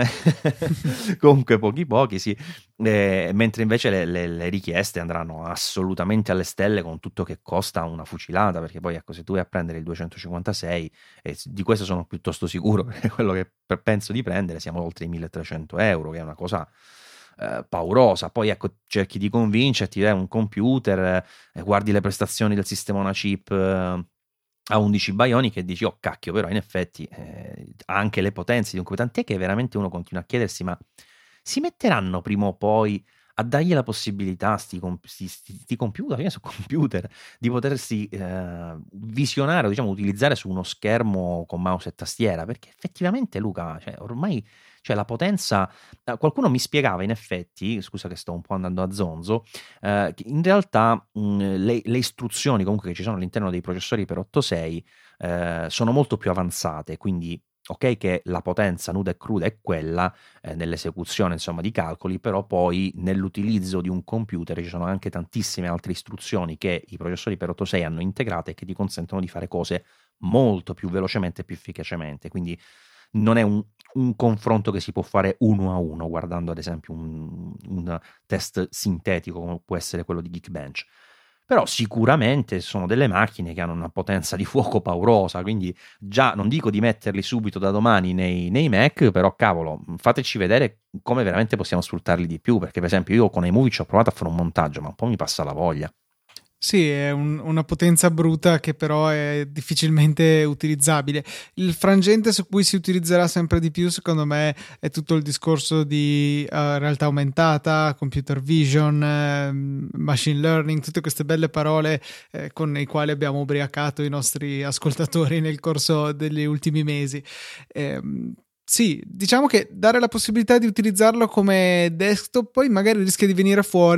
eh? Comunque pochi pochi, sì. Eh, mentre invece le, le, le richieste andranno assolutamente alle stelle, con tutto che costa una fucilata, perché poi ecco, se tu vai a prendere il duecentocinquantasei, eh, di questo sono piuttosto sicuro, perché quello che penso di prendere siamo oltre i milletrecento euro, che è una cosa eh, paurosa. Poi ecco, cerchi di convincerti, è un computer, eh, guardi le prestazioni del sistema on a chip eh, a undici Bionic e dici oh cacchio, però in effetti eh, ha anche le potenze di un computer, tant'è che veramente uno continua a chiedersi ma si metteranno prima o poi a dargli la possibilità a sti, sti, sti, sti computer, io so computer, di potersi eh, visionare o diciamo utilizzare su uno schermo con mouse e tastiera, perché effettivamente Luca, cioè, ormai cioè la potenza, qualcuno mi spiegava in effetti, scusa che sto un po' andando a zonzo, eh, che in realtà mh, le, le istruzioni comunque che ci sono all'interno dei processori per otto sei eh, sono molto più avanzate, quindi ok che la potenza nuda e cruda è quella eh, nell'esecuzione insomma di calcoli, però poi nell'utilizzo di un computer ci sono anche tantissime altre istruzioni che i processori per otto sei hanno integrate e che ti consentono di fare cose molto più velocemente e più efficacemente, quindi non è un, un confronto che si può fare uno a uno guardando ad esempio un, un test sintetico come può essere quello di Geekbench. Però sicuramente sono delle macchine che hanno una potenza di fuoco paurosa, quindi già non dico di metterli subito da domani nei, nei Mac, però cavolo, fateci vedere come veramente possiamo sfruttarli di più, perché per esempio io con iMovie ci ho provato a fare un montaggio, ma un po' mi passa la voglia. Sì, è un, una potenza bruta che però è difficilmente utilizzabile. Il frangente su cui si utilizzerà sempre di più, secondo me, è tutto il discorso di uh, realtà aumentata, computer vision, uh, machine learning, tutte queste belle parole eh, con le quali abbiamo ubriacato i nostri ascoltatori nel corso degli ultimi mesi. Eh, Sì, diciamo che dare la possibilità di utilizzarlo come desktop poi magari rischia di venire fuori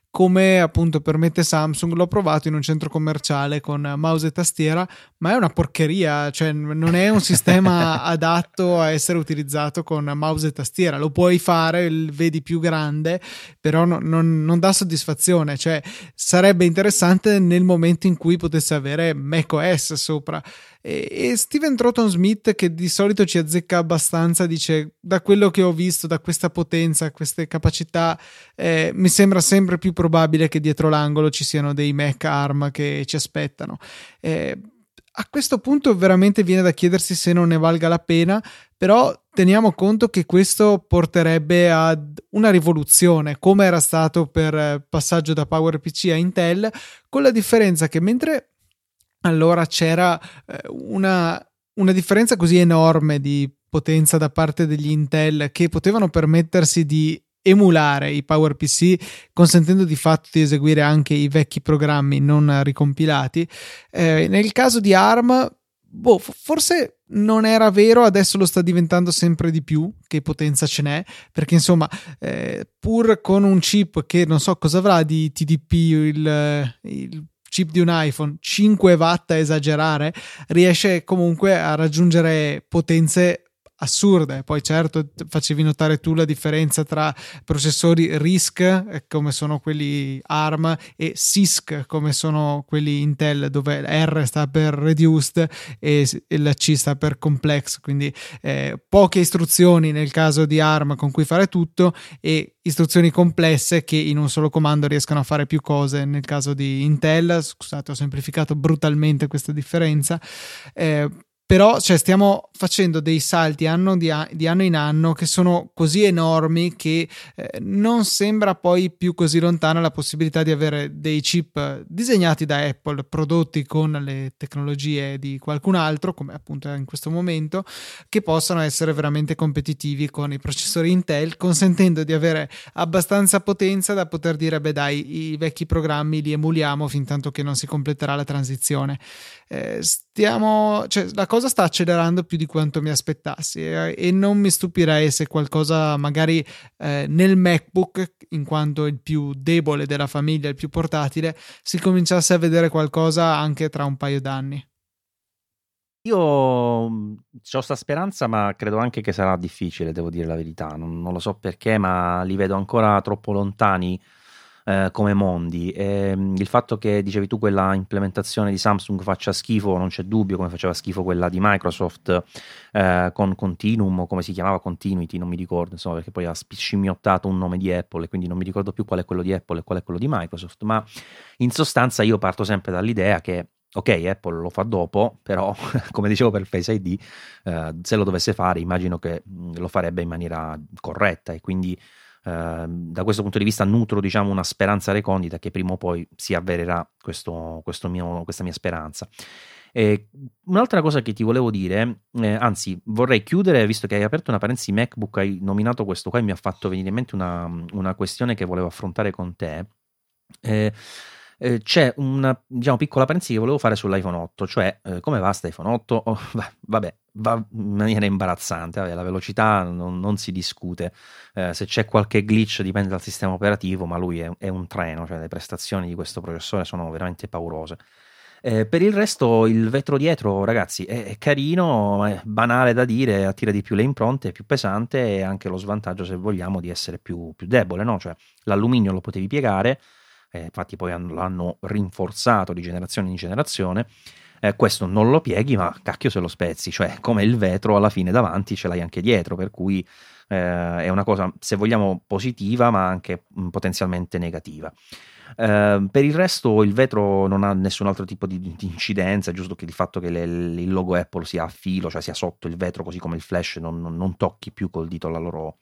come appunto permette Samsung. L'ho provato in un centro commerciale con mouse e tastiera, ma è una porcheria, cioè non è un sistema adatto a essere utilizzato con mouse e tastiera. Lo puoi fare, il vedi più grande, però no, non, non dà soddisfazione. Cioè sarebbe interessante nel momento in cui potesse avere macOS sopra. E, e Steven Troughton Smith, che di solito ci azzecca abbastanza, dice: da quello che ho visto, da questa potenza, queste capacità, eh, mi sembra sempre più probabile che dietro l'angolo ci siano dei Mac ARM che ci aspettano. Eh, a questo punto veramente viene da chiedersi se non ne valga la pena, però teniamo conto che questo porterebbe ad una rivoluzione, come era stato per passaggio da PowerPC a Intel, con la differenza che mentre allora c'era una, una differenza così enorme di potenza da parte degli Intel, che potevano permettersi di emulare i PowerPC, consentendo di fatto di eseguire anche i vecchi programmi non ricompilati, eh, nel caso di ARM, boh, forse non era vero, adesso lo sta diventando sempre di più che potenza ce n'è, perché insomma eh, pur con un chip che non so cosa avrà di T D P, il, il chip di un iPhone, cinque watt a esagerare, riesce comunque a raggiungere potenze assurde. Poi certo facevi notare tu la differenza tra processori RISC, come sono quelli ARM, e CISC, come sono quelli Intel, dove R sta per reduced e la C sta per complex, quindi eh, poche istruzioni nel caso di ARM con cui fare tutto, e istruzioni complesse che in un solo comando riescono a fare più cose nel caso di Intel. Scusate, ho semplificato brutalmente questa differenza, eh, però cioè, stiamo facendo dei salti anno di, a- di anno in anno che sono così enormi che eh, non sembra poi più così lontana la possibilità di avere dei chip disegnati da Apple, prodotti con le tecnologie di qualcun altro, come appunto è in questo momento, che possano essere veramente competitivi con i processori Intel, consentendo di avere abbastanza potenza da poter dire: beh dai, i vecchi programmi li emuliamo fin tanto che non si completerà la transizione. Eh, stiamo, cioè, la cosa sta accelerando più di quanto mi aspettassi, eh, e non mi stupirei se qualcosa magari eh, nel MacBook, in quanto il più debole della famiglia, il più portatile, si cominciasse a vedere qualcosa anche tra un paio d'anni. Io ho sta speranza, ma credo anche che sarà difficile, devo dire la verità. Non, non lo so perché, ma li vedo ancora troppo lontani eh, come mondi. E, mh, il fatto che dicevi tu quella implementazione di Samsung faccia schifo, non c'è dubbio, come faceva schifo quella di Microsoft eh, con Continuum, o come si chiamava, Continuity, non mi ricordo, insomma, perché poi ha scimmiottato un nome di Apple e quindi non mi ricordo più qual è quello di Apple e qual è quello di Microsoft. Ma in sostanza io parto sempre dall'idea che ok, Apple lo fa dopo, però come dicevo per Face I D, eh, se lo dovesse fare immagino che mh, lo farebbe in maniera corretta, e quindi eh, da questo punto di vista nutro, diciamo, una speranza recondita che prima o poi si avvererà questo, questo mio, questa mia speranza. E un'altra cosa che ti volevo dire, eh, anzi vorrei chiudere, visto che hai aperto una parentesi MacBook, hai nominato questo qua e mi ha fatto venire in mente una, una questione che volevo affrontare con te. Eh, Eh, c'è una, diciamo, piccola parentesi che volevo fare sull'iPhone otto, cioè eh, come va sta iPhone otto? Oh, va, vabbè, va in maniera imbarazzante, vabbè, la velocità non, non si discute, eh, se c'è qualche glitch dipende dal sistema operativo, ma lui è, è un treno, cioè le prestazioni di questo processore sono veramente paurose. Eh, per il resto il vetro dietro, ragazzi, è, è carino, è banale da dire, attira di più le impronte, è più pesante, e anche lo svantaggio, se vogliamo, di essere più, più debole, no? Cioè l'alluminio lo potevi piegare. Eh, infatti poi hanno, l'hanno rinforzato di generazione in generazione, eh, questo non lo pieghi ma cacchio se lo spezzi, cioè come il vetro alla fine davanti ce l'hai anche dietro, per cui eh, è una cosa, se vogliamo, positiva ma anche mh, potenzialmente negativa. Eh, per il resto il vetro non ha nessun altro tipo di, di incidenza, giusto che il fatto che le, il logo Apple sia a filo, cioè sia sotto il vetro, così come il flash, non, non, non tocchi più col dito la loro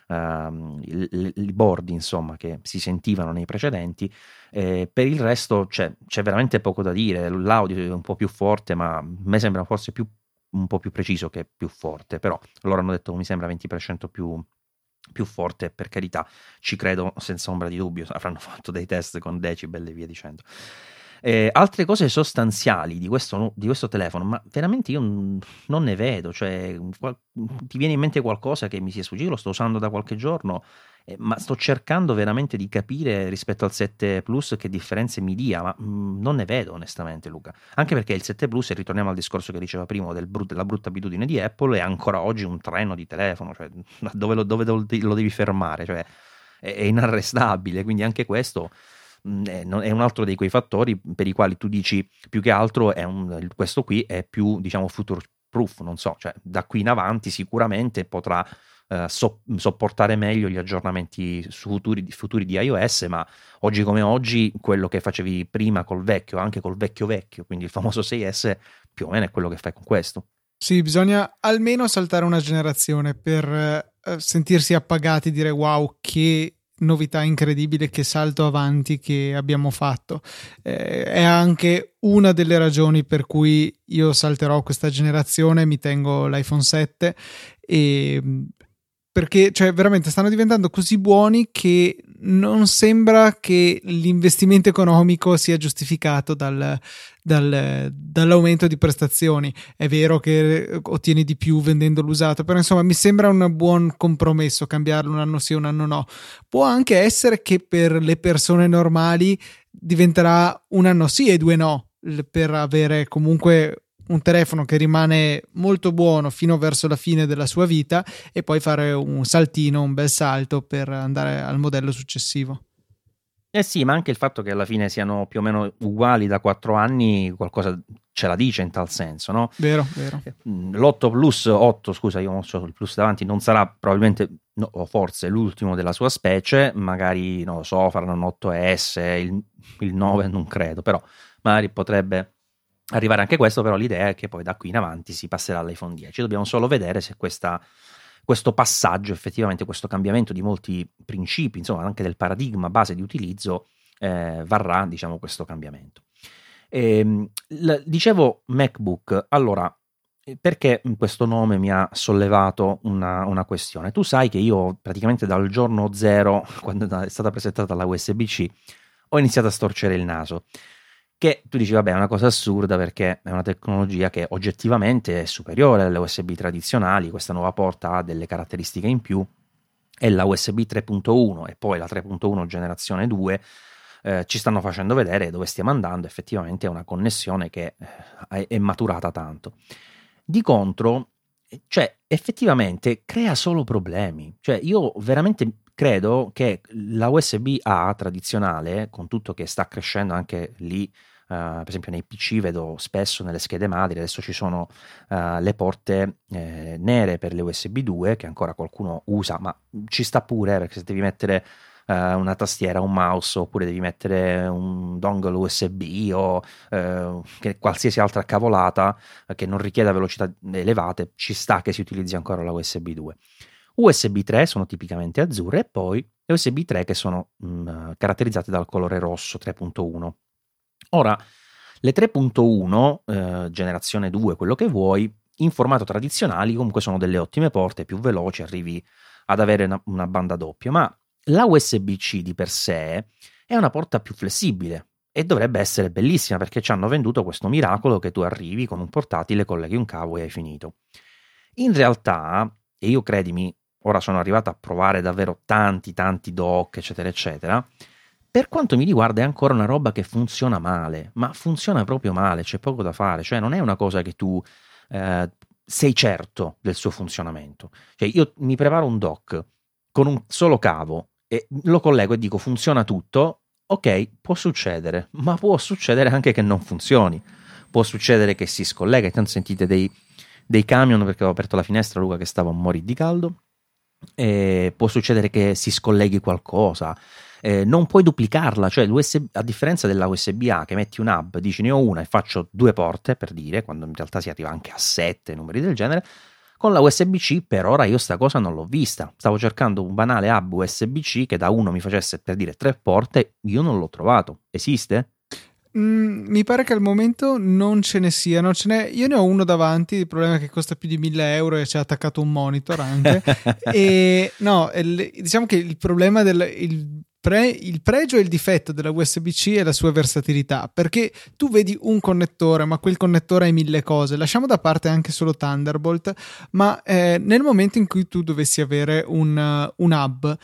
Uh, i, i bordi, insomma, che si sentivano nei precedenti. Eh, per il resto c'è, c'è veramente poco da dire. L'audio è un po' più forte, ma a me sembra forse più, un po' più preciso che più forte, però loro hanno detto mi sembra venti per cento più, più forte, per carità, ci credo senza ombra di dubbio, avranno fatto dei test con decibel e via dicendo. Eh, altre cose sostanziali di questo, di questo telefono, ma veramente io non ne vedo, cioè qual, ti viene in mente qualcosa che mi sia sfuggito? Lo sto usando da qualche giorno Eh, ma sto cercando veramente di capire rispetto al sette Plus che differenze mi dia, ma mh, non ne vedo onestamente, Luca. Anche perché il sette Plus, e ritorniamo al discorso che diceva prima del brut- della brutta abitudine di Apple, è ancora oggi un treno di telefono, cioè dove lo, dove lo lo devi fermare, cioè è, è inarrestabile, quindi anche questo mh, è, non- è un altro dei quei fattori per i quali tu dici più che altro è un, questo qui è più, diciamo, future proof, non so, cioè da qui in avanti sicuramente potrà eh, so- sopportare meglio gli aggiornamenti futuri, futuri di iOS, ma oggi come oggi quello che facevi prima col vecchio, anche col vecchio vecchio, quindi il famoso sei S, più o meno è quello che fai con questo. Sì, bisogna almeno saltare una generazione per eh, sentirsi appagati e dire wow, che novità incredibile, che salto avanti che abbiamo fatto. Eh, è anche una delle ragioni per cui io salterò questa generazione, mi tengo l'iPhone sette e perché cioè veramente stanno diventando così buoni che non sembra che l'investimento economico sia giustificato dal, dal, dall'aumento di prestazioni. È vero che ottieni di più vendendo l'usato, però insomma mi sembra un buon compromesso cambiarlo un anno sì un anno no. Può anche essere che per le persone normali diventerà un anno sì e due no, per avere comunque un telefono che rimane molto buono fino verso la fine della sua vita e poi fare un saltino, un bel salto per andare al modello successivo. Eh sì, ma anche il fatto che alla fine siano più o meno uguali da quattro anni, qualcosa ce la dice in tal senso, no? Vero, vero. L'otto Plus, otto, scusa, io ho il Plus davanti, non sarà probabilmente, no, o forse l'ultimo della sua specie, magari, non lo so, faranno un otto S, il, il nove non credo, però magari potrebbe arrivare anche questo, però l'idea è che poi da qui in avanti si passerà all'iPhone dieci. Dobbiamo solo vedere se questa, questo passaggio, effettivamente questo cambiamento di molti principi, insomma anche del paradigma base di utilizzo, eh, varrà, diciamo, questo cambiamento. E, l- dicevo MacBook, allora, perché questo nome mi ha sollevato una, una questione? Tu sai che io praticamente dal giorno zero, quando è stata presentata la U S B-C, ho iniziato a storcere il naso. Che tu dici, vabbè, è una cosa assurda perché è una tecnologia che oggettivamente è superiore alle U S B tradizionali, questa nuova porta ha delle caratteristiche in più, e la U S B tre punto uno e poi la tre punto uno generazione due eh, ci stanno facendo vedere dove stiamo andando, effettivamente è una connessione che eh, è maturata tanto. Di contro, cioè, effettivamente crea solo problemi, cioè io veramente credo che la U S B A tradizionale, con tutto che sta crescendo anche lì, Uh, per esempio nei P C vedo spesso nelle schede madri, adesso ci sono uh, le porte eh, nere per le U S B due che ancora qualcuno usa, ma ci sta pure, perché se devi mettere uh, una tastiera, un mouse, oppure devi mettere un dongle U S B o uh, che qualsiasi altra cavolata uh, che non richieda velocità elevate, ci sta che si utilizzi ancora la U S B due. U S B tre sono tipicamente azzurre e poi le U S B tre che sono mh, caratterizzate dal colore rosso tre punto uno. Ora, le tre punto uno, eh, generazione due, quello che vuoi, in formato tradizionali comunque sono delle ottime porte, più veloci, arrivi ad avere una, una banda doppia, ma la U S B-C di per sé è una porta più flessibile e dovrebbe essere bellissima perché ci hanno venduto questo miracolo che tu arrivi con un portatile, colleghi un cavo e hai finito. In realtà, e io credimi, ora sono arrivato a provare davvero tanti tanti dock, eccetera, eccetera, per quanto mi riguarda è ancora una roba che funziona male, ma funziona proprio male, c'è poco da fare, cioè non è una cosa che tu eh, sei certo del suo funzionamento. Cioè io mi preparo un dock con un solo cavo e lo collego e dico funziona tutto, ok, può succedere, ma può succedere anche che non funzioni, può succedere che si scollega, intanto sentite dei, dei camion perché ho aperto la finestra, Luca, che stava a morire di caldo, e può succedere che si scolleghi qualcosa. Eh, non puoi duplicarla, cioè l'U S B, a differenza della U S B A che metti un hub, dici ne ho una e faccio due porte, per dire, quando in realtà si arriva anche a sette numeri del genere, con la U S B-C per ora io sta cosa non l'ho vista. Stavo cercando un banale hub U S B-C che da uno mi facesse, per dire, tre porte, io non l'ho trovato. Esiste? Mm, mi pare che al momento non ce ne siano. Ce n'è, io ne ho uno davanti. Il problema è che costa più di mille euro e ci ha attaccato un monitor anche. E no, il, diciamo che il problema del il pre, il pregio e il difetto della U S B-C è la sua versatilità, perché tu vedi un connettore, ma quel connettore ha mille cose. Lasciamo da parte anche solo Thunderbolt, ma eh, nel momento in cui tu dovessi avere un, uh, un hub,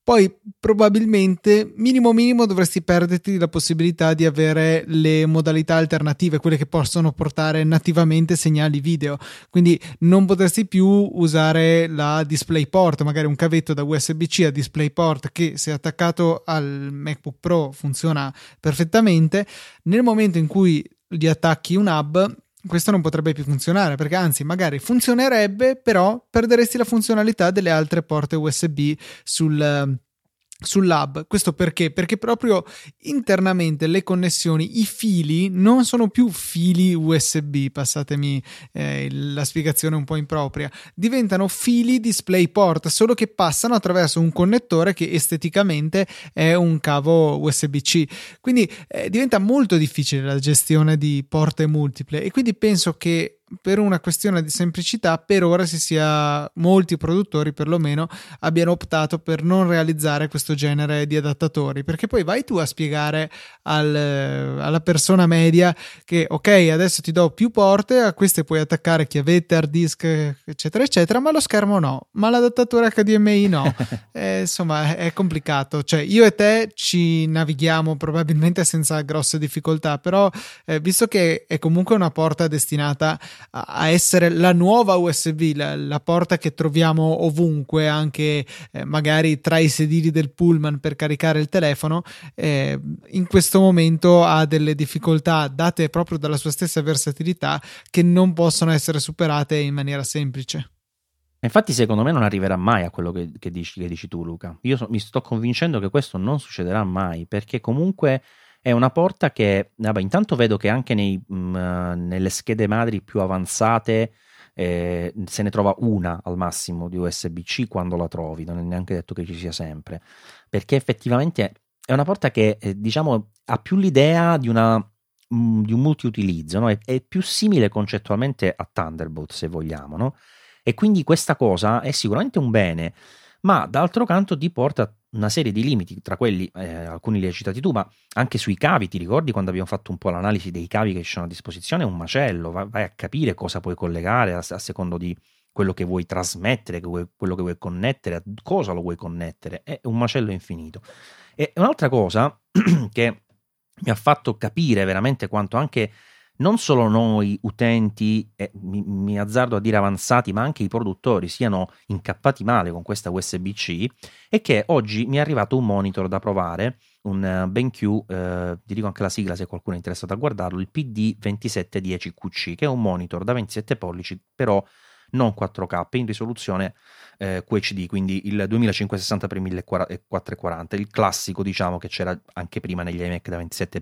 poi probabilmente minimo minimo dovresti perderti la possibilità di avere le modalità alternative, quelle che possono portare nativamente segnali video, quindi non potresti più usare la DisplayPort, magari un cavetto da U S B C a DisplayPort che se attaccato al MacBook Pro funziona perfettamente. Nel momento in cui gli attacchi un hub, questo non potrebbe più funzionare, perché anzi magari funzionerebbe, però perderesti la funzionalità delle altre porte U S B sul sull'hub. Questo perché? Perché proprio internamente le connessioni, i fili non sono più fili U S B, passatemi eh, la spiegazione un po' impropria, diventano fili DisplayPort, solo che passano attraverso un connettore che esteticamente è un cavo U S B C, quindi eh, diventa molto difficile la gestione di porte multiple, e quindi penso che per una questione di semplicità per ora si sia, molti produttori perlomeno abbiano optato per non realizzare questo genere di adattatori, perché poi vai tu a spiegare al, alla persona media che ok, adesso ti do più porte, a queste puoi attaccare chiavette, hard disk eccetera eccetera, ma lo schermo no, ma l'adattatore H D M I no. eh, insomma è complicato, cioè io e te ci navighiamo probabilmente senza grosse difficoltà, però eh, visto che è comunque una porta destinata a essere la nuova U S B, la, la porta che troviamo ovunque, anche eh, magari tra i sedili del pullman per caricare il telefono, eh, in questo momento ha delle difficoltà date proprio dalla sua stessa versatilità che non possono essere superate in maniera semplice. Infatti secondo me non arriverà mai a quello che, che, dici, che dici tu, Luca. Io so, mi sto convincendo che questo non succederà mai, perché comunque è una porta che, vabbè, intanto vedo che anche nei, mh, nelle schede madri più avanzate eh, se ne trova una al massimo di U S B C quando la trovi, non è neanche detto che ci sia sempre, perché effettivamente è una porta che eh, diciamo ha più l'idea di una mh, di un multiutilizzo, no? È, è più simile concettualmente a Thunderbolt, se vogliamo, no? E quindi questa cosa è sicuramente un bene, ma d'altro canto ti porta una serie di limiti, tra quelli eh, alcuni li hai citati tu, ma anche sui cavi. Ti ricordi quando abbiamo fatto un po' l'analisi dei cavi che ci sono a disposizione? È un macello, vai, vai a capire cosa puoi collegare a, a secondo di quello che vuoi trasmettere, che vuoi, quello che vuoi connettere, a cosa lo vuoi connettere, è un macello infinito. E un'altra cosa che mi ha fatto capire veramente quanto anche non solo noi utenti, eh, mi, mi azzardo a dire avanzati, ma anche i produttori siano incappati male con questa U S B C, è che oggi mi è arrivato un monitor da provare, un uh, BenQ, eh, ti dico anche la sigla se qualcuno è interessato a guardarlo, il P D ventisette dieci Q C, che è un monitor da ventisette pollici, però non quattro K, in risoluzione eh, Q H D, quindi il duemilacinquecentosessanta per millequattrocentoquaranta, il classico, diciamo, che c'era anche prima negli iMac da ventisette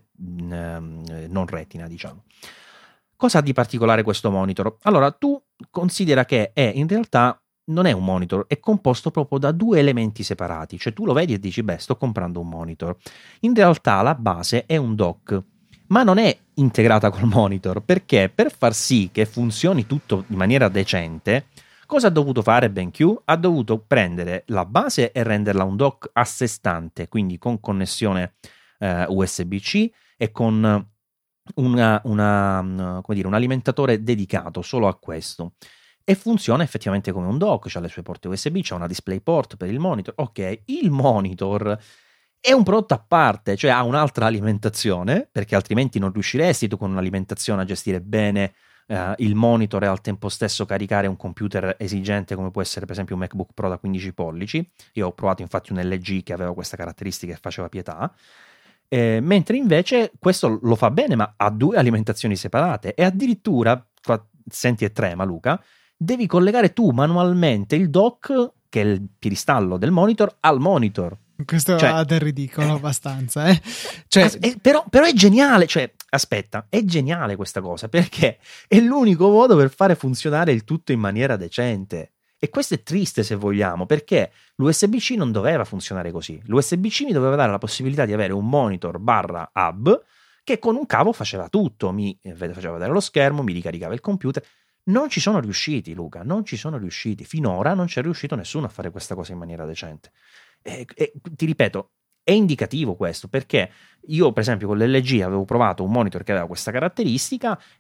mh, non retina, diciamo. Cosa ha di particolare questo monitor? Allora, tu considera che è in realtà non è un monitor, è composto proprio da due elementi separati, cioè tu lo vedi e dici beh, sto comprando un monitor. In realtà la base è un dock, ma non è integrata col monitor, perché per far sì che funzioni tutto in maniera decente, cosa ha dovuto fare BenQ? Ha dovuto prendere la base e renderla un dock a sé stante, quindi con connessione eh, U S B C e con una, una, come dire, un alimentatore dedicato solo a questo. E funziona effettivamente come un dock, c'ha le sue porte U S B, c'ha una DisplayPort per il monitor. Ok, il monitor è un prodotto a parte, cioè ha un'altra alimentazione, perché altrimenti non riusciresti tu con un'alimentazione a gestire bene eh, il monitor e al tempo stesso caricare un computer esigente come può essere per esempio un MacBook Pro da quindici pollici. Io ho provato infatti un L G che aveva questa caratteristica e faceva pietà, eh, mentre invece questo lo fa bene ma ha due alimentazioni separate e addirittura, qua senti e trema Luca, devi collegare tu manualmente il dock, che è il piedistallo del monitor, al monitor. Questo cioè, ha del ridicolo eh, abbastanza, eh? Cioè, as- è, però, però è geniale, cioè, aspetta, è geniale questa cosa, perché è l'unico modo per fare funzionare il tutto in maniera decente. E questo è triste se vogliamo, perché l'U S B C non doveva funzionare così. L'U S B C mi doveva dare la possibilità di avere un monitor barra hub che con un cavo faceva tutto, mi faceva vedere lo schermo, mi ricaricava il computer. Non ci sono riusciti, Luca, non ci sono riusciti. Finora non c'è riuscito nessuno a fare questa cosa in maniera decente. E, e, ti ripeto, è indicativo questo, perché io per esempio con l'L G avevo provato un monitor che aveva questa caratteristica e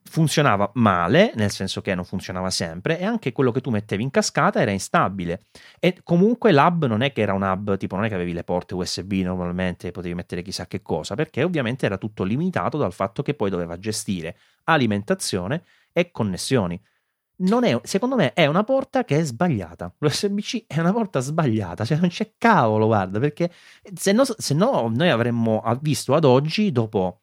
funzionava male, nel senso che non funzionava sempre, e anche quello che tu mettevi in cascata era instabile. E comunque l'hub non è che era un hub, tipo non è che avevi le porte U S B normalmente e potevi mettere chissà che cosa, perché ovviamente era tutto limitato dal fatto che poi doveva gestire alimentazione e connessioni. Non è, secondo me è una porta che è sbagliata. L'U S B C è una porta sbagliata, cioè non c'è cavolo, guarda, perché se no, se no noi avremmo visto ad oggi, dopo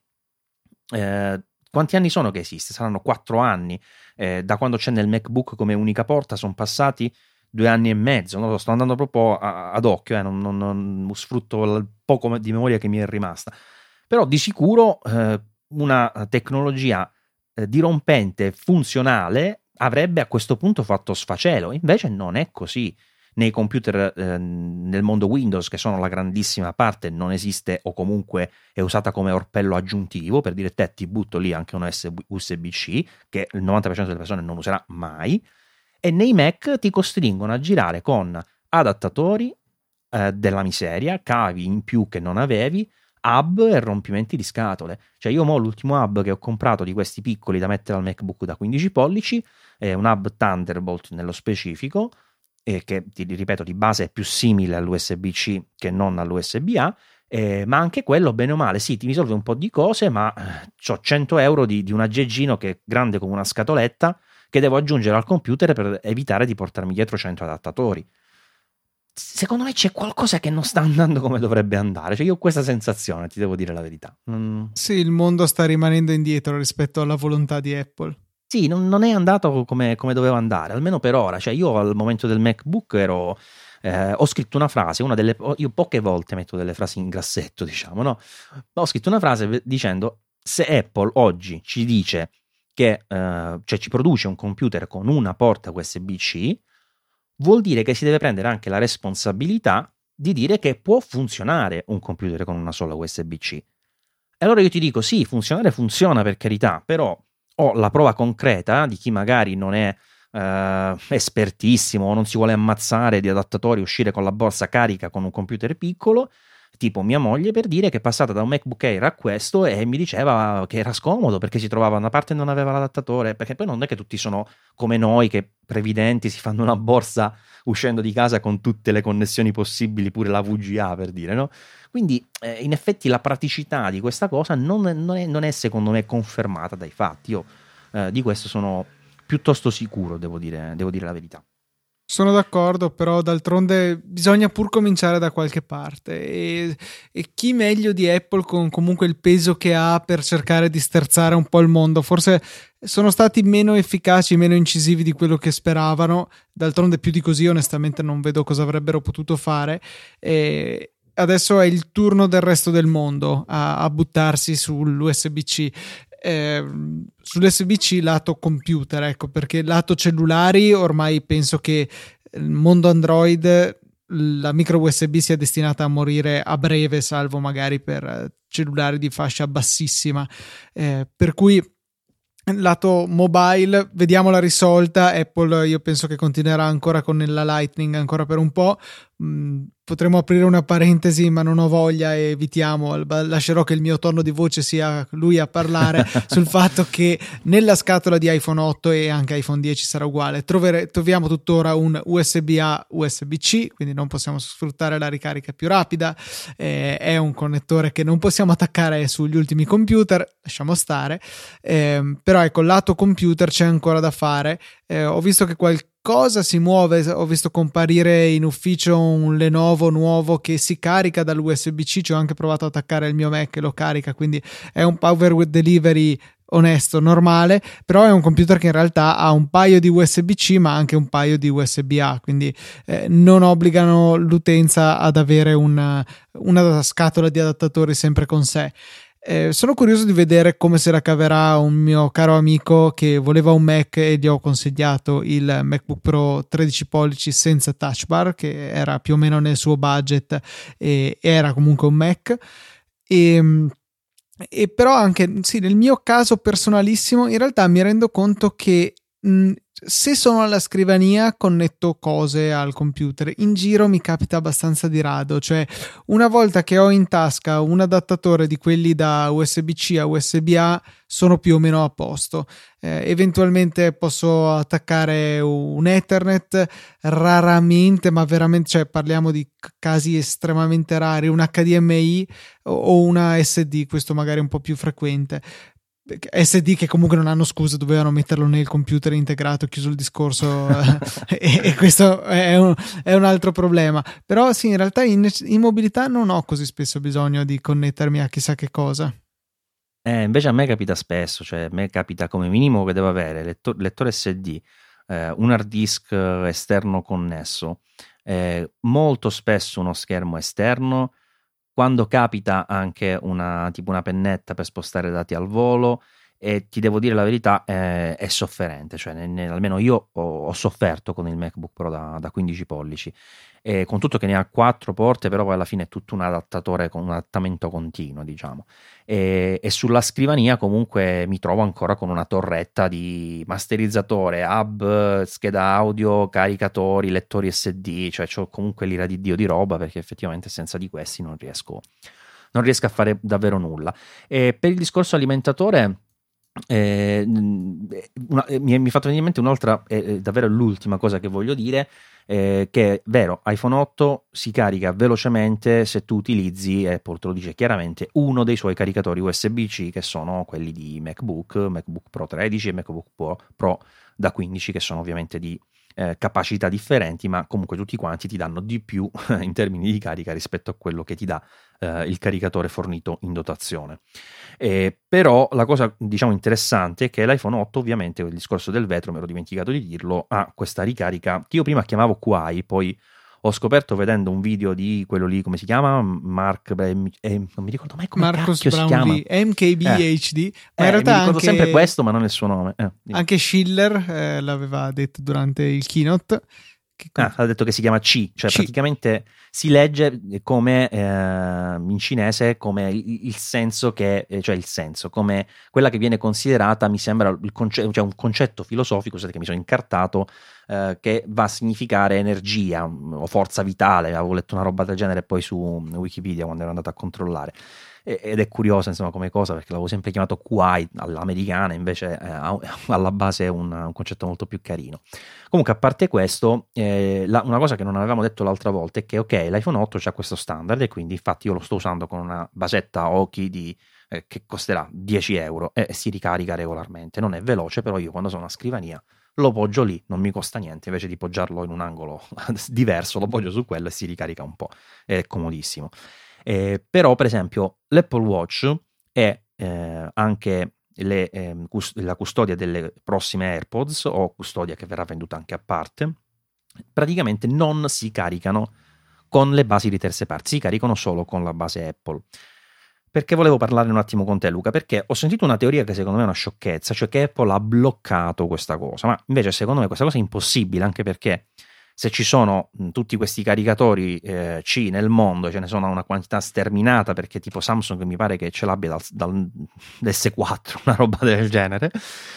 eh, quanti anni sono che esiste? Saranno quattro anni, eh, da quando c'è nel MacBook come unica porta sono passati due anni e mezzo, non lo sto andando proprio a, ad occhio, eh, non, non, non sfrutto il poco di memoria che mi è rimasta, però di sicuro eh, una tecnologia eh, dirompente, funzionale, avrebbe a questo punto fatto sfacelo. Invece non è così. Nei computer eh, nel mondo Windows, che sono la grandissima parte, non esiste, o comunque è usata come orpello aggiuntivo, per dire te ti butto lì anche un U S B C che il novanta per cento delle persone non userà mai. E nei Mac ti costringono a girare con adattatori eh, della miseria, cavi in più che non avevi, hub e rompimenti di scatole. Cioè io mo l'ultimo hub che ho comprato di questi piccoli da mettere al MacBook da quindici pollici è un hub Thunderbolt nello specifico, e che ti ripeto di base è più simile all'U S B C che non all'U S B A, eh, ma anche quello bene o male sì ti risolve un po' di cose, ma eh, ho cento euro di, di un aggeggino che è grande come una scatoletta che devo aggiungere al computer per evitare di portarmi dietro cento adattatori. Secondo me c'è qualcosa che non sta andando come dovrebbe andare, cioè io ho questa sensazione, ti devo dire la verità. Mm. Sì, il mondo sta rimanendo indietro rispetto alla volontà di Apple. Sì, non, non è andato come, come doveva andare, almeno per ora. Cioè io al momento del MacBook ero, eh, ho scritto una frase, una delle, io poche volte metto delle frasi in grassetto, diciamo, no? Ho scritto una frase dicendo: se Apple oggi ci dice che, eh, cioè ci produce un computer con una porta U S B C, vuol dire che si deve prendere anche la responsabilità di dire che può funzionare un computer con una sola U S B C. E allora io ti dico, sì, funzionare funziona, per carità, però ho la prova concreta di chi magari non è eh, espertissimo o non si vuole ammazzare di adattatori, uscire con la borsa carica con un computer piccolo, tipo mia moglie, per dire che è passata da un MacBook Air a questo e mi diceva che era scomodo perché si trovava da una parte e non aveva l'adattatore, perché poi non è che tutti sono come noi che previdenti si fanno una borsa uscendo di casa con tutte le connessioni possibili, pure la V G A, per dire, no? Quindi eh, in effetti la praticità di questa cosa non è, non è, non è secondo me confermata dai fatti. Io eh, di questo sono piuttosto sicuro, devo dire, devo dire la verità. Sono d'accordo, però d'altronde bisogna pur cominciare da qualche parte e, e chi meglio di Apple, con comunque il peso che ha per cercare di sterzare un po' il mondo. Forse sono stati meno efficaci, meno incisivi di quello che speravano, d'altronde più di così onestamente non vedo cosa avrebbero potuto fare. E adesso è il turno del resto del mondo a, a buttarsi sull'U S B C. Eh, sull'U S B C lato computer, ecco, perché lato cellulari ormai penso che il mondo Android, la micro U S B sia destinata a morire a breve, salvo magari per cellulari di fascia bassissima, eh, per cui lato mobile vediamola risolta. Apple io penso che continuerà ancora con la Lightning ancora per un po'. Mm, potremmo aprire una parentesi, ma non ho voglia e evitiamo, lascerò che il mio tono di voce sia lui a parlare sul fatto che nella scatola di iPhone otto e anche iPhone dieci sarà uguale, Trovere, troviamo tuttora un U S B A U S B C, quindi non possiamo sfruttare la ricarica più rapida, eh, è un connettore che non possiamo attaccare sugli ultimi computer, lasciamo stare, eh, però ecco, lato computer c'è ancora da fare. Eh, ho visto che qualche cosa si muove, ho visto comparire in ufficio un Lenovo nuovo che si carica dall'U S B C, ci ho anche provato ad attaccare il mio Mac e lo carica, quindi è un power delivery onesto, normale, però è un computer che in realtà ha un paio di U S B C ma anche un paio di U S B A, quindi eh, non obbligano l'utenza ad avere una, una scatola di adattatori sempre con sé. Eh, sono curioso di vedere come se la caverà un mio caro amico che voleva un Mac e gli ho consigliato il MacBook Pro tredici pollici senza touch bar, che era più o meno nel suo budget e era comunque un Mac. E, e però anche sì, nel mio caso personalissimo in realtà mi rendo conto che mh, se sono alla scrivania connetto cose al computer, in giro mi capita abbastanza di rado, cioè una volta che ho in tasca un adattatore di quelli da U S B C a U S B A sono più o meno a posto. Eh, eventualmente posso attaccare un Ethernet, raramente, ma veramente, cioè parliamo di casi estremamente rari, un H D M I o una S D, questo magari è un po' più frequente. S D che comunque non hanno scusa, dovevano metterlo nel computer integrato, chiuso il discorso e, e questo è un, è un altro problema. Però sì, in realtà in, in mobilità non ho così spesso bisogno di connettermi a chissà che cosa. Eh, invece a me capita spesso, cioè a me capita come minimo che devo avere lettor- lettore S D, eh, un hard disk esterno connesso, eh, molto spesso uno schermo esterno, quando capita anche una tipo una pennetta per spostare dati al volo, e ti devo dire la verità, eh, è sofferente, cioè ne, ne, almeno io ho, ho sofferto con il MacBook Pro da, da quindici pollici, e con tutto che ne ha quattro porte, però poi alla fine è tutto un adattatore con un adattamento continuo, diciamo, e, e sulla scrivania comunque mi trovo ancora con una torretta di masterizzatore, hub, scheda audio, caricatori, lettori S D, cioè c'ho comunque l'ira di Dio di roba, perché effettivamente senza di questi non riesco, non riesco a fare davvero nulla. E per il discorso alimentatore, Eh, una, eh, mi è fatto venire in mente un'altra, eh, davvero l'ultima cosa che voglio dire, eh, che è vero, iPhone otto si carica velocemente se tu utilizzi, Apple te lo dice chiaramente, uno dei suoi caricatori U S B C, che sono quelli di MacBook, MacBook Pro tredici e MacBook Pro, Pro da quindici, che sono ovviamente di eh, capacità differenti, ma comunque tutti quanti ti danno di più in termini di carica rispetto a quello che ti dà eh, il caricatore fornito in dotazione. Eh, però la cosa, diciamo, interessante è che l'iPhone otto, ovviamente, il discorso del vetro, mi ero dimenticato di dirlo, ha questa ricarica che io prima chiamavo Q I, poi ho scoperto vedendo un video di quello lì, come si chiama? Mark, beh, eh, non mi ricordo mai come Marcus cacchio si chiama. M K B H D, eh. ma eh, in realtà mi ricordo anche, sempre questo, ma non il suo nome. Eh, anche Schiller eh, l'aveva detto durante il keynote. Che ah, ha detto che si chiama C, cioè C. Praticamente si legge come eh, in cinese come il, il senso che, cioè il senso, come quella che viene considerata, mi sembra, il concetto, cioè un concetto filosofico, scusate che mi sono incartato, eh, che va a significare energia o forza vitale. Avevo letto una roba del genere poi su Wikipedia quando ero andato a controllare. Ed è curiosa, insomma, come cosa, perché l'avevo sempre chiamato Q I all'americana, invece eh, alla base è un, un concetto molto più carino. Comunque, a parte questo, eh, la, una cosa che non avevamo detto l'altra volta è che ok, l'iPhone otto c'ha questo standard, e quindi infatti io lo sto usando con una basetta Oki di, eh, che costerà dieci euro e, e si ricarica regolarmente. Non è veloce, però io quando sono a scrivania lo poggio lì, non mi costa niente, invece di poggiarlo in un angolo diverso lo poggio su quello e si ricarica un po', è comodissimo. Eh, però per esempio l'Apple Watch è eh, anche le, eh, cust- la custodia delle prossime AirPods, o custodia che verrà venduta anche a parte, praticamente non si caricano con le basi di terze parti, si caricano solo con la base Apple. Perché volevo parlarne un attimo con te, Luca? Perché ho sentito una teoria che secondo me è una sciocchezza, cioè che Apple ha bloccato questa cosa, ma invece secondo me questa cosa è impossibile, anche perché se ci sono mh, tutti questi caricatori eh, C nel mondo, ce ne sono una quantità sterminata, perché tipo Samsung mi pare che ce l'abbia dal, dal S quattro, una roba del genere,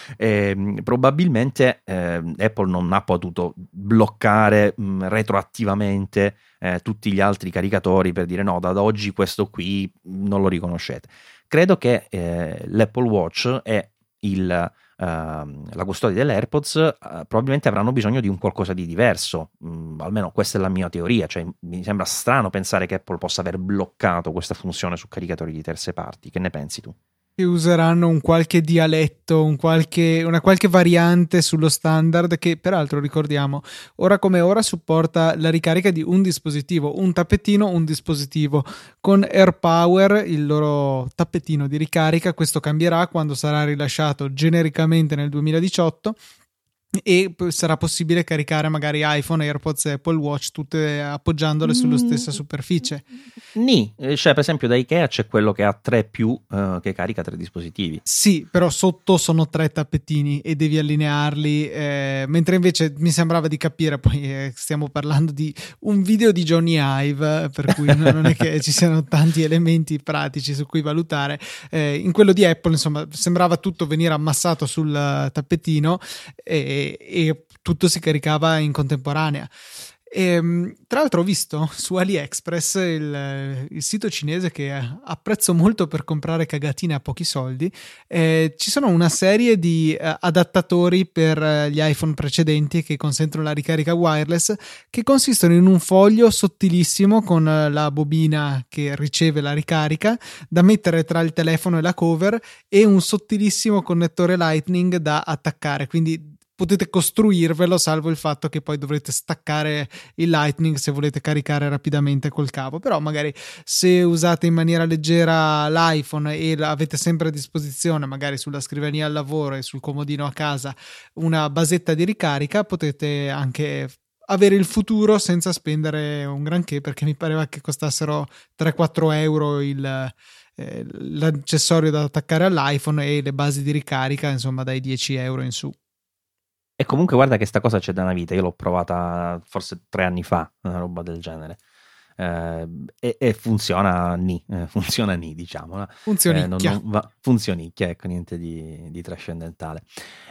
e, probabilmente eh, Apple non ha potuto bloccare mh, retroattivamente eh, tutti gli altri caricatori per dire no, da oggi questo qui non lo riconoscete. Credo che eh, l'Apple Watch è il Uh, la custodia delle AirPods uh, probabilmente avranno bisogno di un qualcosa di diverso, mm, almeno questa è la mia teoria, cioè mi sembra strano pensare che Apple possa aver bloccato questa funzione su caricatori di terze parti. Che ne pensi tu? Che useranno un qualche dialetto, un qualche, una qualche variante sullo standard, che peraltro ricordiamo ora come ora supporta la ricarica di un dispositivo, un tappetino, un dispositivo. Con AirPower, il loro tappetino di ricarica, questo cambierà quando sarà rilasciato genericamente nel duemiladiciotto, e sarà possibile caricare magari iPhone, AirPods e Apple Watch tutte appoggiandole sulla stessa superficie. Nì, cioè per esempio da Ikea c'è quello che ha tre più uh, che carica tre dispositivi. Sì, però sotto sono tre tappetini e devi allinearli, eh, mentre invece mi sembrava di capire, poi eh, stiamo parlando di un video di Johnny Ive, per cui non è che ci siano tanti elementi pratici su cui valutare. Eh, in quello di Apple insomma sembrava tutto venire ammassato sul tappetino, e e, e tutto si caricava in contemporanea. E, tra l'altro ho visto su AliExpress, il, il sito cinese che apprezzo molto per comprare cagatine a pochi soldi, eh, ci sono una serie di eh, adattatori per gli iPhone precedenti che consentono la ricarica wireless, che consistono in un foglio sottilissimo con la bobina che riceve la ricarica da mettere tra il telefono e la cover e un sottilissimo connettore Lightning da attaccare, quindi potete costruirvelo, salvo il fatto che poi dovrete staccare il Lightning se volete caricare rapidamente col cavo. Però magari se usate in maniera leggera l'iPhone e avete sempre a disposizione, magari sulla scrivania al lavoro e sul comodino a casa, una basetta di ricarica, potete anche avere il futuro senza spendere un granché, perché mi pareva che costassero tre quattro euro il eh, l'accessorio da attaccare all'iPhone e le basi di ricarica, insomma, dai dieci euro in su. E comunque guarda che sta cosa c'è da una vita, io l'ho provata forse tre anni fa, una roba del genere, eh, e, e funziona ni, eh, funziona ni diciamo. Funzionicchia. Eh, non, non va, funzionicchia, ecco, niente di, di trascendentale.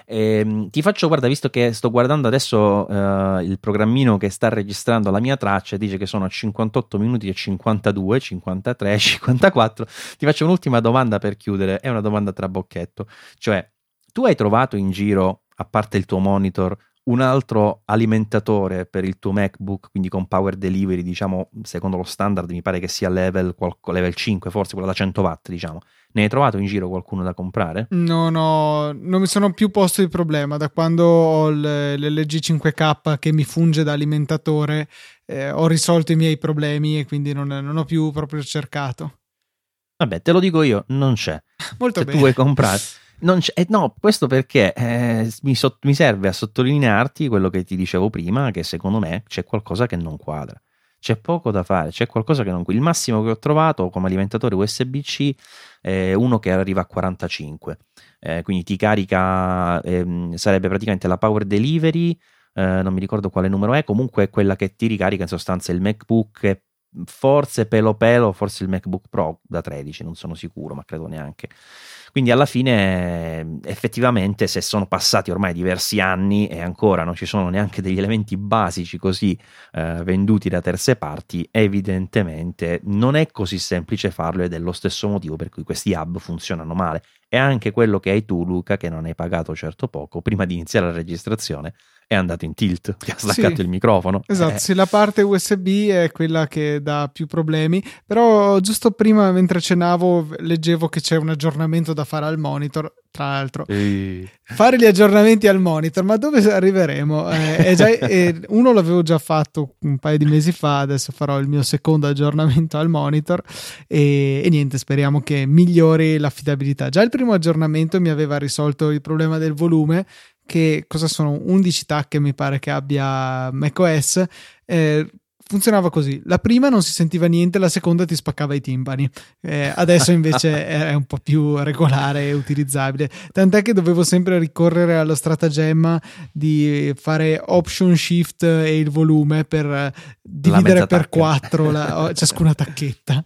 E, ti faccio, guarda, visto che sto guardando adesso eh, il programmino che sta registrando la mia traccia, dice che sono cinquantotto minuti e cinquantadue, cinquantatré, cinquantaquattro, ti faccio un'ultima domanda per chiudere, è una domanda trabocchetto, cioè tu hai trovato in giro, a parte il tuo monitor, un altro alimentatore per il tuo MacBook, quindi con power delivery, diciamo, secondo lo standard mi pare che sia level, level cinque, forse quella da cento watt, diciamo. Ne hai trovato in giro qualcuno da comprare? No, no, non mi sono più posto il problema. Da quando ho l'L G cinque K che mi funge da alimentatore, eh, ho risolto i miei problemi e quindi non, non ho più proprio cercato. Vabbè, te lo dico io, non c'è. Molto Se bene. tu vuoi comprare... Non c'è, eh, no, questo perché eh, mi, so, mi serve a sottolinearti quello che ti dicevo prima, che secondo me c'è qualcosa che non quadra, c'è poco da fare, c'è qualcosa che non quadra. Il massimo che ho trovato come alimentatore U S B C è uno che arriva a quarantacinque, eh, quindi ti carica, ehm, sarebbe praticamente la power delivery, eh, non mi ricordo quale numero è, comunque è quella che ti ricarica in sostanza il MacBook, forse pelo pelo, forse il MacBook Pro da tredici, non sono sicuro, ma credo neanche. Quindi alla fine effettivamente, se sono passati ormai diversi anni e ancora non ci sono neanche degli elementi basici così eh, venduti da terze parti, evidentemente non è così semplice farlo, ed è lo stesso motivo per cui questi hub funzionano male. E anche quello che hai tu, Luca, che non hai pagato certo poco, prima di iniziare la registrazione è andato in tilt, ti ha staccato Sì, il microfono. esatto, eh. sì, la parte U S B è quella che dà più problemi, però giusto prima, mentre cenavo, leggevo che c'è un aggiornamento da fare al monitor. Tra l'altro, Ehi. fare gli aggiornamenti al monitor, ma dove arriveremo? Eh, è già, eh, uno l'avevo già fatto un paio di mesi fa, adesso farò il mio secondo aggiornamento al monitor e, e niente, speriamo che migliori l'affidabilità. Già il primo aggiornamento mi aveva risolto il problema del volume, che cosa sono undici tacche mi pare che abbia macOS. eh, funzionava così: la prima non si sentiva niente, la seconda ti spaccava i timpani. Eh, adesso invece è un po' più regolare e utilizzabile, tant'è che dovevo sempre ricorrere allo stratagemma di fare option shift e il volume per dividere per quattro la, ciascuna tacchetta.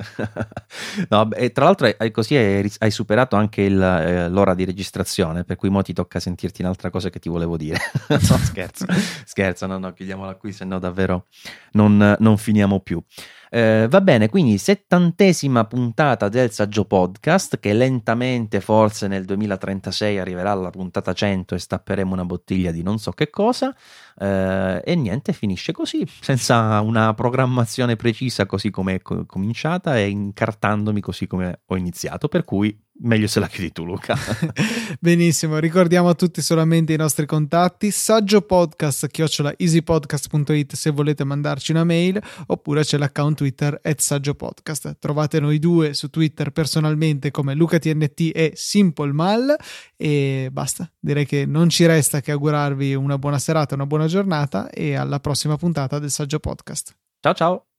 No, e tra l'altro hai, così hai, hai superato anche il, eh, l'ora di registrazione, per cui mo ti tocca sentirti un'altra cosa che ti volevo dire. No, scherzo, scherzo, no, no, chiudiamola qui, se no davvero non, non finiamo più. Eh, va bene, quindi settantesima puntata del Saggio Podcast, che lentamente forse nel duemilatrentasei arriverà alla puntata cento e stapperemo una bottiglia di non so che cosa, eh, e niente, finisce così, senza una programmazione precisa, così come è co- cominciata e incartandomi così come ho iniziato, per cui meglio se la chiudi tu, Luca. Benissimo, ricordiamo a tutti solamente i nostri contatti: saggiopodcast chiocciola easypodcast punto it se volete mandarci una mail, oppure c'è l'account Twitter at saggiopodcast. Trovate noi due su Twitter personalmente come LucaTNT e SimpleMal, e basta, direi che non ci resta che augurarvi una buona serata, una buona giornata, e alla prossima puntata del Saggio Podcast. Ciao ciao.